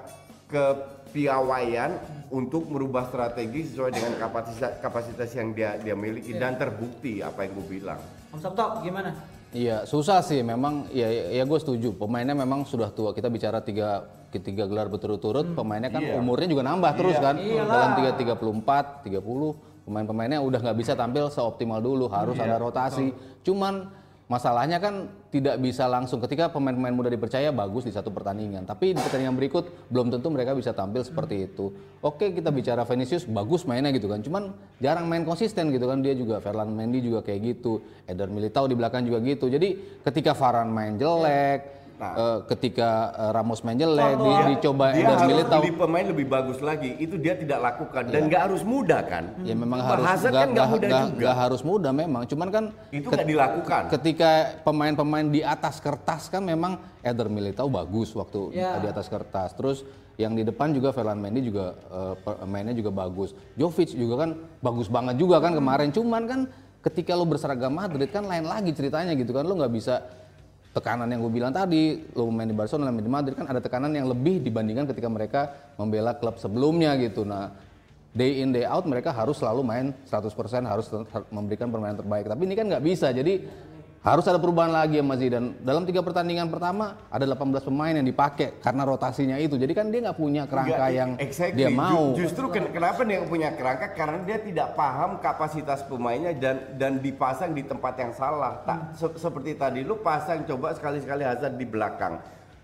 kepiawaian untuk merubah strategi sesuai dengan kapasitas kapasitas yang dia dia miliki yeah. Dan terbukti apa yang gue bilang.
Om Sabto gimana?
Iya susah sih memang. Ya ya gue setuju. Pemainnya memang sudah tua. Kita bicara tiga tiga gelar berturut-turut. Hmm. Pemainnya kan yeah. umurnya juga nambah yeah. terus kan. Iyalah. Dalam tiga tiga puluh empat, tiga puluh pemain-pemainnya udah nggak bisa tampil seoptimal dulu. Harus yeah. ada rotasi. Betul. Cuman masalahnya kan tidak bisa langsung ketika pemain-pemain muda dipercaya bagus di satu pertandingan, tapi di pertandingan berikut belum tentu mereka bisa tampil seperti itu. Oke, kita bicara Vinicius bagus mainnya gitu kan, cuman jarang main konsisten gitu kan. Dia juga, Ferland Mendy juga kayak gitu, Eder Militao di belakang juga gitu. Jadi ketika Varane main jelek, nah, uh, ketika uh, Ramos main jelek, di, dicoba
dia
Eder
harus
Militao,
beli pemain lebih bagus lagi, itu dia tidak lakukan dan nggak ya. harus mudah kan?
Ya memang harus
Bahasa kan nggak mudah
gak,
juga.
Gak harus mudah memang, cuman kan
itu nggak dilakukan.
Ketika pemain-pemain di atas kertas kan memang Eder Militao bagus waktu ya. di atas kertas. Terus yang di depan juga Ferland Mendy juga uh, mainnya juga bagus. Jovic juga kan bagus banget juga kan kemarin. Cuman kan ketika lo berseragam Madrid kan lain lagi ceritanya gitu kan. Lo nggak bisa tekanan yang gue bilang tadi, lo main di Barcelona, main di Madrid kan ada tekanan yang lebih dibandingkan ketika mereka membela klub sebelumnya gitu. Nah, day in day out mereka harus selalu main seratus persen, harus memberikan permainan terbaik. Tapi ini kan nggak bisa, jadi harus ada perubahan lagi ya Mas Zidane. Dalam tiga pertandingan pertama ada delapan belas pemain yang dipakai karena rotasinya itu. Jadi kan dia nggak punya kerangka Enggak, yang exactly. dia mau.
Justru kenapa dia nggak punya kerangka? Karena dia tidak paham kapasitas pemainnya dan dan dipasang di tempat yang salah. Tak se seperti tadi lu pasang coba sekali-sekali Hazard di belakang.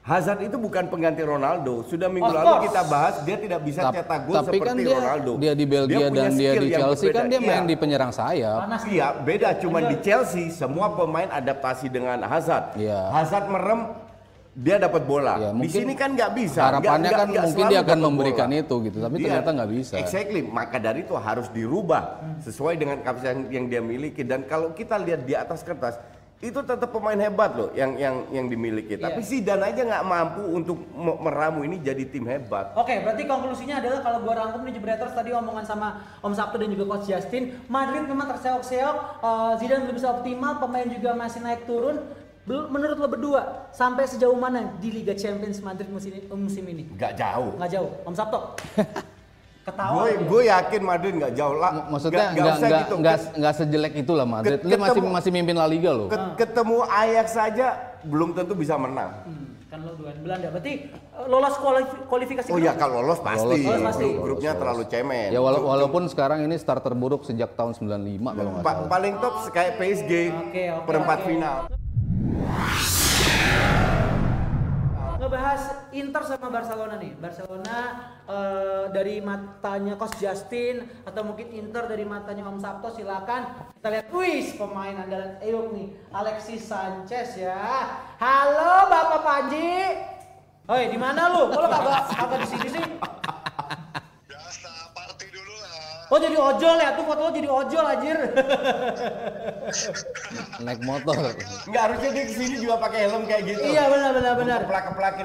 Hazard itu bukan pengganti Ronaldo. Sudah minggu
Of
lalu
course.
kita bahas dia tidak bisa
Tap-
cetak gol
tapi
seperti
kan dia,
Ronaldo.
dia di Belgia
punya
dan dia
skill
di
yang
Chelsea kan
berbeda.
dia main
Iya.
di penyerang sayap.
Panas.
Iya, beda. Cuman di Chelsea semua pemain adaptasi dengan Hazard.
Iya.
Hazard merem, dia dapat bola.
Ya,
di
mungkin
sini kan nggak bisa.
harapannya
Nggak-
kan
nggak
mungkin
selalu
dia akan
dapat
memberikan
bola.
itu gitu, tapi
Dia-
ternyata nggak bisa.
Exactly. Maka dari itu harus dirubah sesuai dengan kapasitas yang dia miliki. Dan kalau kita lihat di atas kertas, itu tetap pemain hebat loh yang yang yang dimiliki.
Iya.
Tapi Zidane aja nggak mampu untuk me- meramu ini jadi tim hebat.
Oke, berarti konklusinya adalah kalau gua rangkum nih Jebreters tadi omongan sama Om Sabtu dan juga Coach Justin, Madrid memang terseok-seok, uh, Zidane belum bisa optimal, pemain juga masih naik turun. Bel- Menurut lo berdua, sampai sejauh mana di Liga Champions Madrid musim ini? Musim ini?
Nggak jauh.
Nggak jauh, Om Sabtu. Ketawa.
Gue
ya?
gue yakin Madrid nggak jauh lah.
M- Maksudnya nggak
usah
nggak
gitu.
nggak
Ket-
nggak sejelek itulah Madrid.
Ket-
Dia masih
ketemu-
masih mimpin La Liga loh.
ket- Ketemu Ajax saja belum tentu bisa menang.
Hmm, kan lo duaan Belanda. Berarti uh, lolos kualif- kualifikasi.
Oh
kedua?
ya kalau lolos pasti.
Lolos,
lolos pasti.
Grup- Grupnya
Lolos,
terlalu cemen.
Ya wala- walaupun sekarang ini start terburuk sejak tahun sembilan puluh lima kalau nggak
Pa-
salah.
paling top kayak P S G
Oke, oke,
perempat
oke.
final.
Ngebahas Inter sama Barcelona nih. Barcelona eh, dari matanya Coach Justin atau mungkin Inter dari matanya Om Sabto, silakan kita lihat. Wih, pemain andalan Eyuk nih, Alexis Sanchez ya. Halo Bapak Panji. Oi, di mana lu? Kok lu kagak kagak di sini sih?
Biasa, party dulu lah.
Oh jadi ojol ya, tuh foto lo jadi ojol anjir.
Naik motor.
Nggak harusnya dia kesini juga pakai helm kayak gitu.
Iya benar benar benar.
Keplak-keplakin.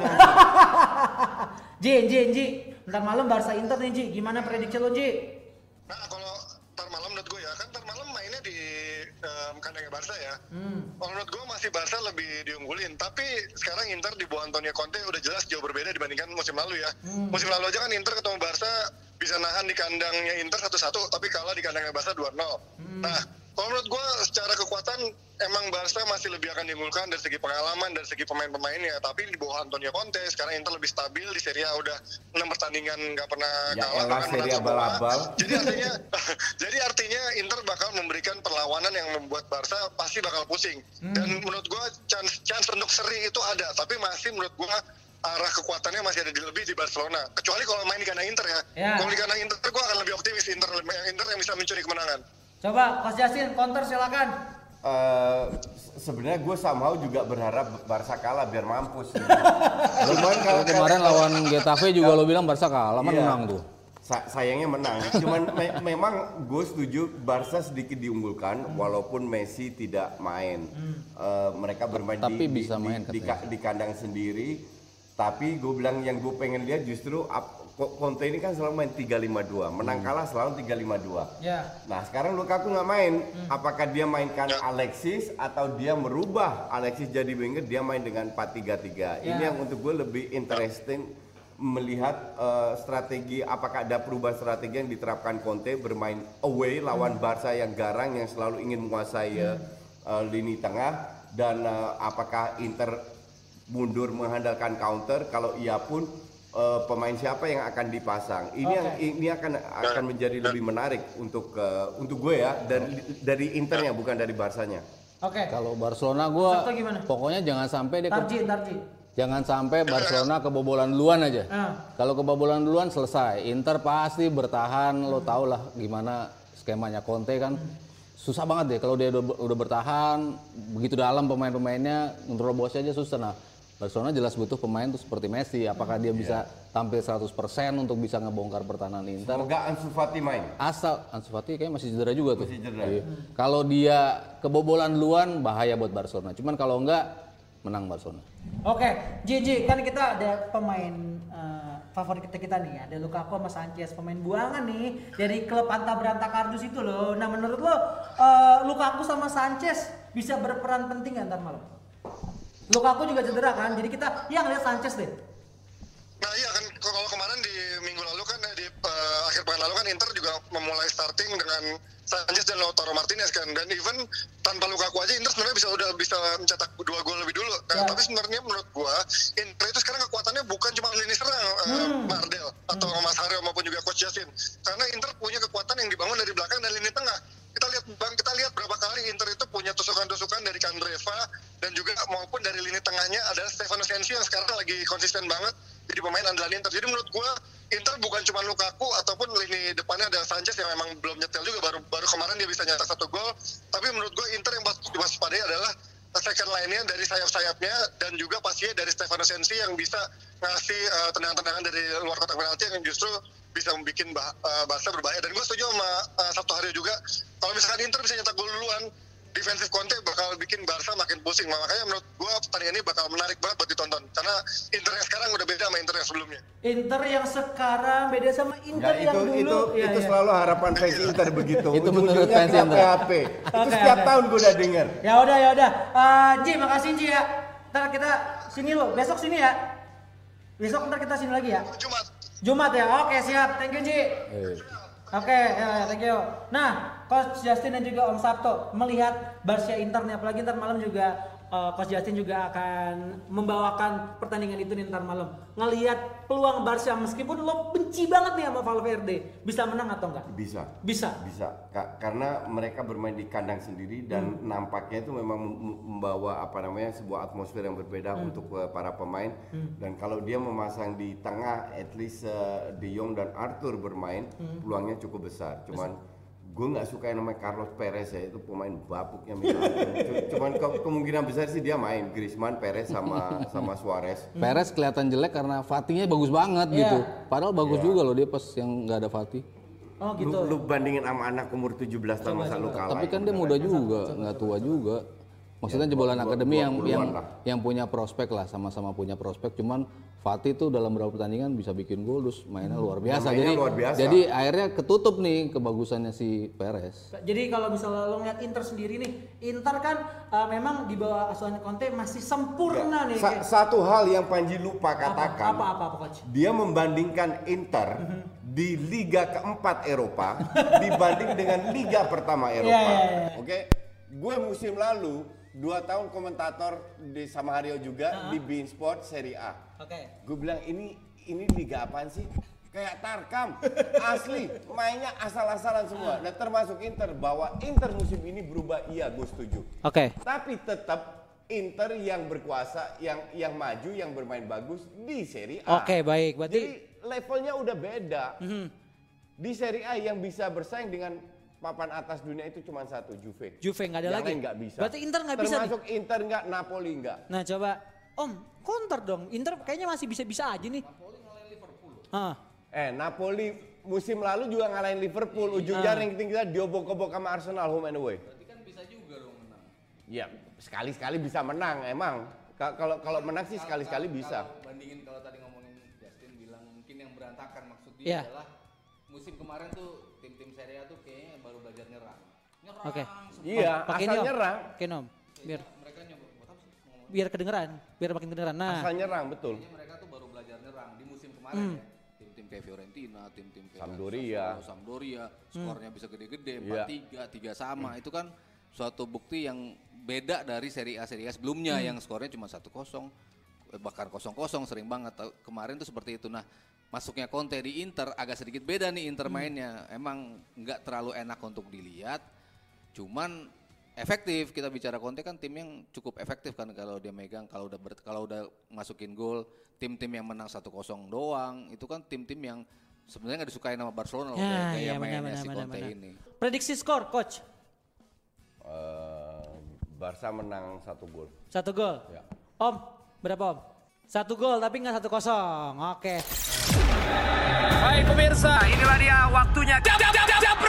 Ji, Ji, Ji. Ntar malam Barca Inter nih Ji. Gimana prediksi lo Ji?
Nah kalau ntar malam menurut gue ya, kan ntar malam mainnya di um, kandangnya Barca ya.
Hmm.
Kalau menurut gue masih Barca lebih diunggulin. Tapi sekarang Inter di bawah Antonio Conte udah jelas jauh berbeda dibandingkan musim lalu ya.
Hmm.
Musim lalu aja kan Inter ketemu Barca bisa nahan di kandangnya Inter satu satu, tapi kalah di kandangnya Barca dua nol.
Hmm.
Nah, kalau menurut gue secara kekuatan emang Barca masih lebih akan diunggulkan dari segi pengalaman, dari segi pemain-pemainnya. Tapi di bawah Antonio Conte sekarang Inter lebih stabil di Serie A, udah enam pertandingan nggak pernah
Ya
kalah,
elah,
bahkan menang
Serie A
semua.
abal-abal.
Jadi artinya, jadi artinya Inter bakal memberikan perlawanan yang membuat Barca pasti bakal pusing. Dan menurut gua chance chance untuk seri itu ada, tapi masih menurut gua arah kekuatannya masih ada di lebih di Barcelona. Kecuali kalau main di kandang Inter ya.
Ya.
Kalau di kandang Inter gua akan lebih optimis Inter Inter yang bisa mencuri kemenangan.
Coba Coach Justin counter silakan.
Eh, sebenarnya gue somehow juga berharap Barca kalah biar mampus. Cuman kalau
Kemarin lawan Getafe juga lo bilang Barca kalah, kan
Iya.
menang tuh.
Sa- sayangnya menang. Cuman me- memang gue setuju Barca sedikit diunggulkan walaupun Messi tidak main. Eh, mereka bermain
Tapi
di,
bisa
di,
main
di, di,
katanya.
ka- di kandang sendiri. Tapi gue bilang yang gue pengen lihat justru ap- Ko- Conte ini kan selalu main tiga lima dua, menang kalah selalu tiga lima dua.
Ya.
Nah sekarang Lukaku nggak main, apakah dia mainkan Alexis atau dia merubah Alexis jadi winger, dia main dengan empat tiga tiga.
Ya.
Ini yang untuk gue lebih interesting melihat eh, strategi, apakah ada perubahan strategi yang diterapkan Conte bermain away lawan Barca yang garang, yang selalu ingin menguasai eh, eh, lini tengah, dan eh, apakah Inter mundur mengandalkan counter, kalau iya pun eh, pemain siapa yang akan dipasang. Ini
Oke.
yang ini akan akan menjadi lebih menarik untuk eh, untuk gue ya, dari dari Internya bukan dari Barsanya.
Oke.
Kalau Barcelona gue
Sabtu gimana?
pokoknya jangan sampai dia ke-
Tarji, Tarji.
jangan sampai Barcelona kebobolan duluan aja.
Ah.
Kalau kebobolan duluan selesai. Inter pasti bertahan, lo tau lah gimana skemanya Conte kan. Susah banget deh kalau dia udah, udah bertahan begitu dalam pemain-pemainnya, ngerobos aja susah. Nah, Barcelona jelas butuh pemain tuh seperti Messi. Apakah dia bisa tampil seratus persen untuk bisa ngebongkar pertahanan Inter?
Semoga Ansu Fati main.
Asal Ansu Fati kayaknya masih cedera juga tuh.
Masih cedera.
Iya. Kalau dia kebobolan duluan bahaya buat Barcelona. Cuman kalau enggak menang Barcelona.
Oke, Ji, kan kita ada pemain eh, favorit kita, kita nih, ada Lukaku sama Sanchez, pemain buangan nih dari klub Anta Beranta Kardus itu loh. Nah menurut lo eh, Lukaku sama Sanchez bisa berperan penting nggak ntar malam? Lukaku juga cedera kan, jadi kita ya ngeliat Sanchez deh.
Nah iya kan, kalau kemarin di minggu lalu kan, di uh, akhir pekan lalu kan Inter juga memulai starting dengan Sanchez dan Lautaro Martinez kan, dan even tanpa Lukaku aja Inter sebenarnya bisa udah bisa mencetak dua gol lebih dulu. Nah,
Ya.
tapi sebenarnya menurut gua Inter itu sekarang kekuatannya bukan cuma lini serang uh,
Hmm.
Mardel atau Mas Haryo maupun juga Coach Justin, karena Inter punya kekuatan yang dibangun dari belakang dan lini tengah. Kita lihat bang, kita lihat berapa kali Inter itu punya tusukan-tusukan dari Kandreva dan juga maupun dari lini tengahnya adalah Stefano Sensi yang sekarang lagi konsisten banget jadi pemain andalan Inter. Jadi menurut gue Inter bukan cuma Lukaku ataupun lini depannya ada Sanchez yang memang belum nyetel juga, baru baru kemarin dia bisa nyetak satu gol. Tapi menurut gue Inter yang patut diwaspadai adalah second line-nya dari sayap-sayapnya dan juga pastinya dari Stefano Sensi yang bisa ngasih uh, tendangan-tendangan dari luar kotak penalti yang justru bisa membuat bah, uh, Barca berbahaya. Dan gue setuju sama uh, Sabtu Haryo juga, kalau misalkan Inter bisa nyetak gol duluan, defensive Conte bakal bikin Barca makin pusing. Makanya menurut gue pertandingan ini bakal menarik banget buat ditonton. Karena Inter yang sekarang udah beda sama Inter yang sebelumnya.
Inter yang sekarang beda sama Inter
Ya,
yang
itu,
dulu.
itu,
Ya,
itu
ya.
selalu harapan fans Inter begitu.
Itu
Ujung-ujungnya
menurut fans
kena
Inter.
P H P. Itu
Oke,
setiap
oke.
tahun gue udah denger.
Ya udah ya udah. Uh, Ji, makasih Ji ya. Ntar kita sini lo, besok sini ya. Besok ntar kita sini lagi ya.
Jumat.
Jumat ya. Oke, siap. Thank you Ji.
Eh.
Oke, ya, thank you. Nah, Coach Justin dan juga Om Sabto melihat Barca Inter nih, apalagi ntar malam juga uh, Coach Justin juga akan membawakan pertandingan itu nih ntar malam. Ngelihat peluang Barca meskipun lo benci banget nih sama Valverde, bisa menang atau enggak?
Bisa.
Bisa.
Bisa. Ka- karena mereka bermain di kandang sendiri dan
Hmm.
nampaknya itu memang mem- membawa apa namanya sebuah atmosfer yang berbeda
Hmm.
untuk uh, para pemain. Dan kalau dia memasang di tengah, at least uh, De Jong dan Arthur bermain,
Hmm.
peluangnya cukup besar. Cuman gue nggak suka yang namanya Carlos Perez ya, itu pemain bapuknya misalnya. Cuman ke- kemungkinan besar sih dia main Griezmann, Perez sama sama Suarez.
Perez kelihatan jelek karena Fatihnya bagus banget
Iya.
gitu. Padahal bagus
Iya.
juga loh dia pas yang nggak ada Fatih.
Oh gitu.
Lu, lu bandingin sama anak umur tujuh belas tahun masa lu kalah.
Tapi kan dia muda juga, nggak tua juga. Maksudnya jebolan
dua-
akademi
dua
yang
puluhan
yang
lah.
yang punya prospek lah, sama-sama punya prospek. Cuman Fatih tuh dalam beberapa pertandingan bisa bikin gol, terus mainnya luar biasa.
Mainnya
Jadi
luar biasa.
jadi akhirnya ketutup nih kebagusannya si Perez.
Jadi kalau misalnya lo ngeliat Inter sendiri nih, Inter kan uh, memang di bawah asuhan Conte masih sempurna nih.
Sa-
kayak-
satu hal yang Panji lupa
apa,
katakan,
apa apa apa Coach?
dia membandingkan Inter di Liga keempat Eropa dibanding dengan Liga pertama Eropa.
Iya, iya, iya.
Oke, gue musim lalu dua tahun komentator di sama Haryo juga di Bein Sport Serie A.
Oke.
Gue bilang ini ini liga apaan sih? Kayak Tarkam, asli mainnya asal-asalan semua. Dan termasuk Inter, bahwa Inter musim ini berubah, iya gue setuju.
Oke.
Tapi tetap Inter yang berkuasa, yang yang maju, yang bermain bagus di Serie A.
Oke, baik. Berarti
Jadi levelnya udah beda. Di Serie A yang bisa bersaing dengan papan atas dunia itu cuma satu, Juve.
Juve nggak ada
Yang
lagi.
lain nggak bisa.
Berarti Inter nggak bisa nih?
Termasuk Inter nggak, Napoli nggak.
Nah coba Om, counter dong. Inter kayaknya masih bisa-bisa aja nih. Napoli ngalahin Liverpool. Ah.
Eh, Napoli musim lalu juga ngalahin Liverpool. Ujungnya ranking kita diobok-obok sama Arsenal home and away.
Berarti kan bisa juga dong menang.
Ya, sekali-sekali bisa menang emang. Ka- Kalau kalau menang sih sekali-sekali bisa.
Kalau bandingin kalau tadi ngomongin Justin bilang mungkin yang berantakan, maksud dia
Iya.
adalah musim kemarin tuh tim-tim Serie A tuh kayaknya baru belajar nyerang. Nyerang.
Oke.
Iya,
Pakai
asal
ini, Om.
nyerang.
Pakai Om. Biar
Mereka nyoba buat apa sih? Ngomong.
biar kedengeran, biar makin kedengeran. Nah.
Asal nyerang, betul.
Kayaknya mereka tuh baru belajar nyerang di musim kemarin
Hmm.
ya. Tim-tim kayak Fiorentina, tim-tim kayak
Sampdoria.
Sassuolo, Sampdoria, skornya bisa gede-gede,
Iya.
empat tiga, tiga sama. Itu kan suatu bukti yang beda dari Serie A Serie A sebelumnya yang skornya cuma satu kosong, bahkan kosong kosong sering banget. Kemarin tuh seperti itu. Nah, masuknya Conte di Inter agak sedikit beda nih Inter mainnya. Emang nggak terlalu enak untuk dilihat, cuman efektif. Kita bicara Conte kan tim yang cukup efektif kan kalau dia megang, kalau udah ber, kalau udah masukin gol, tim-tim yang menang satu kosong doang itu kan tim-tim yang sebenarnya nggak disukai sama Barcelona loh,
Ya,
kayak, kayak
iya,
mainnya
benar,
si
benar,
Conte
benar.
ini.
Prediksi skor, Coach.
Eh, Barca menang satu gol.
Satu gol.
Ya.
Om, berapa Om? Satu gol tapi nggak satu kosong. Oke.
Baik pemirsa, inilah dia waktunya. Jab, jab, jab, jab,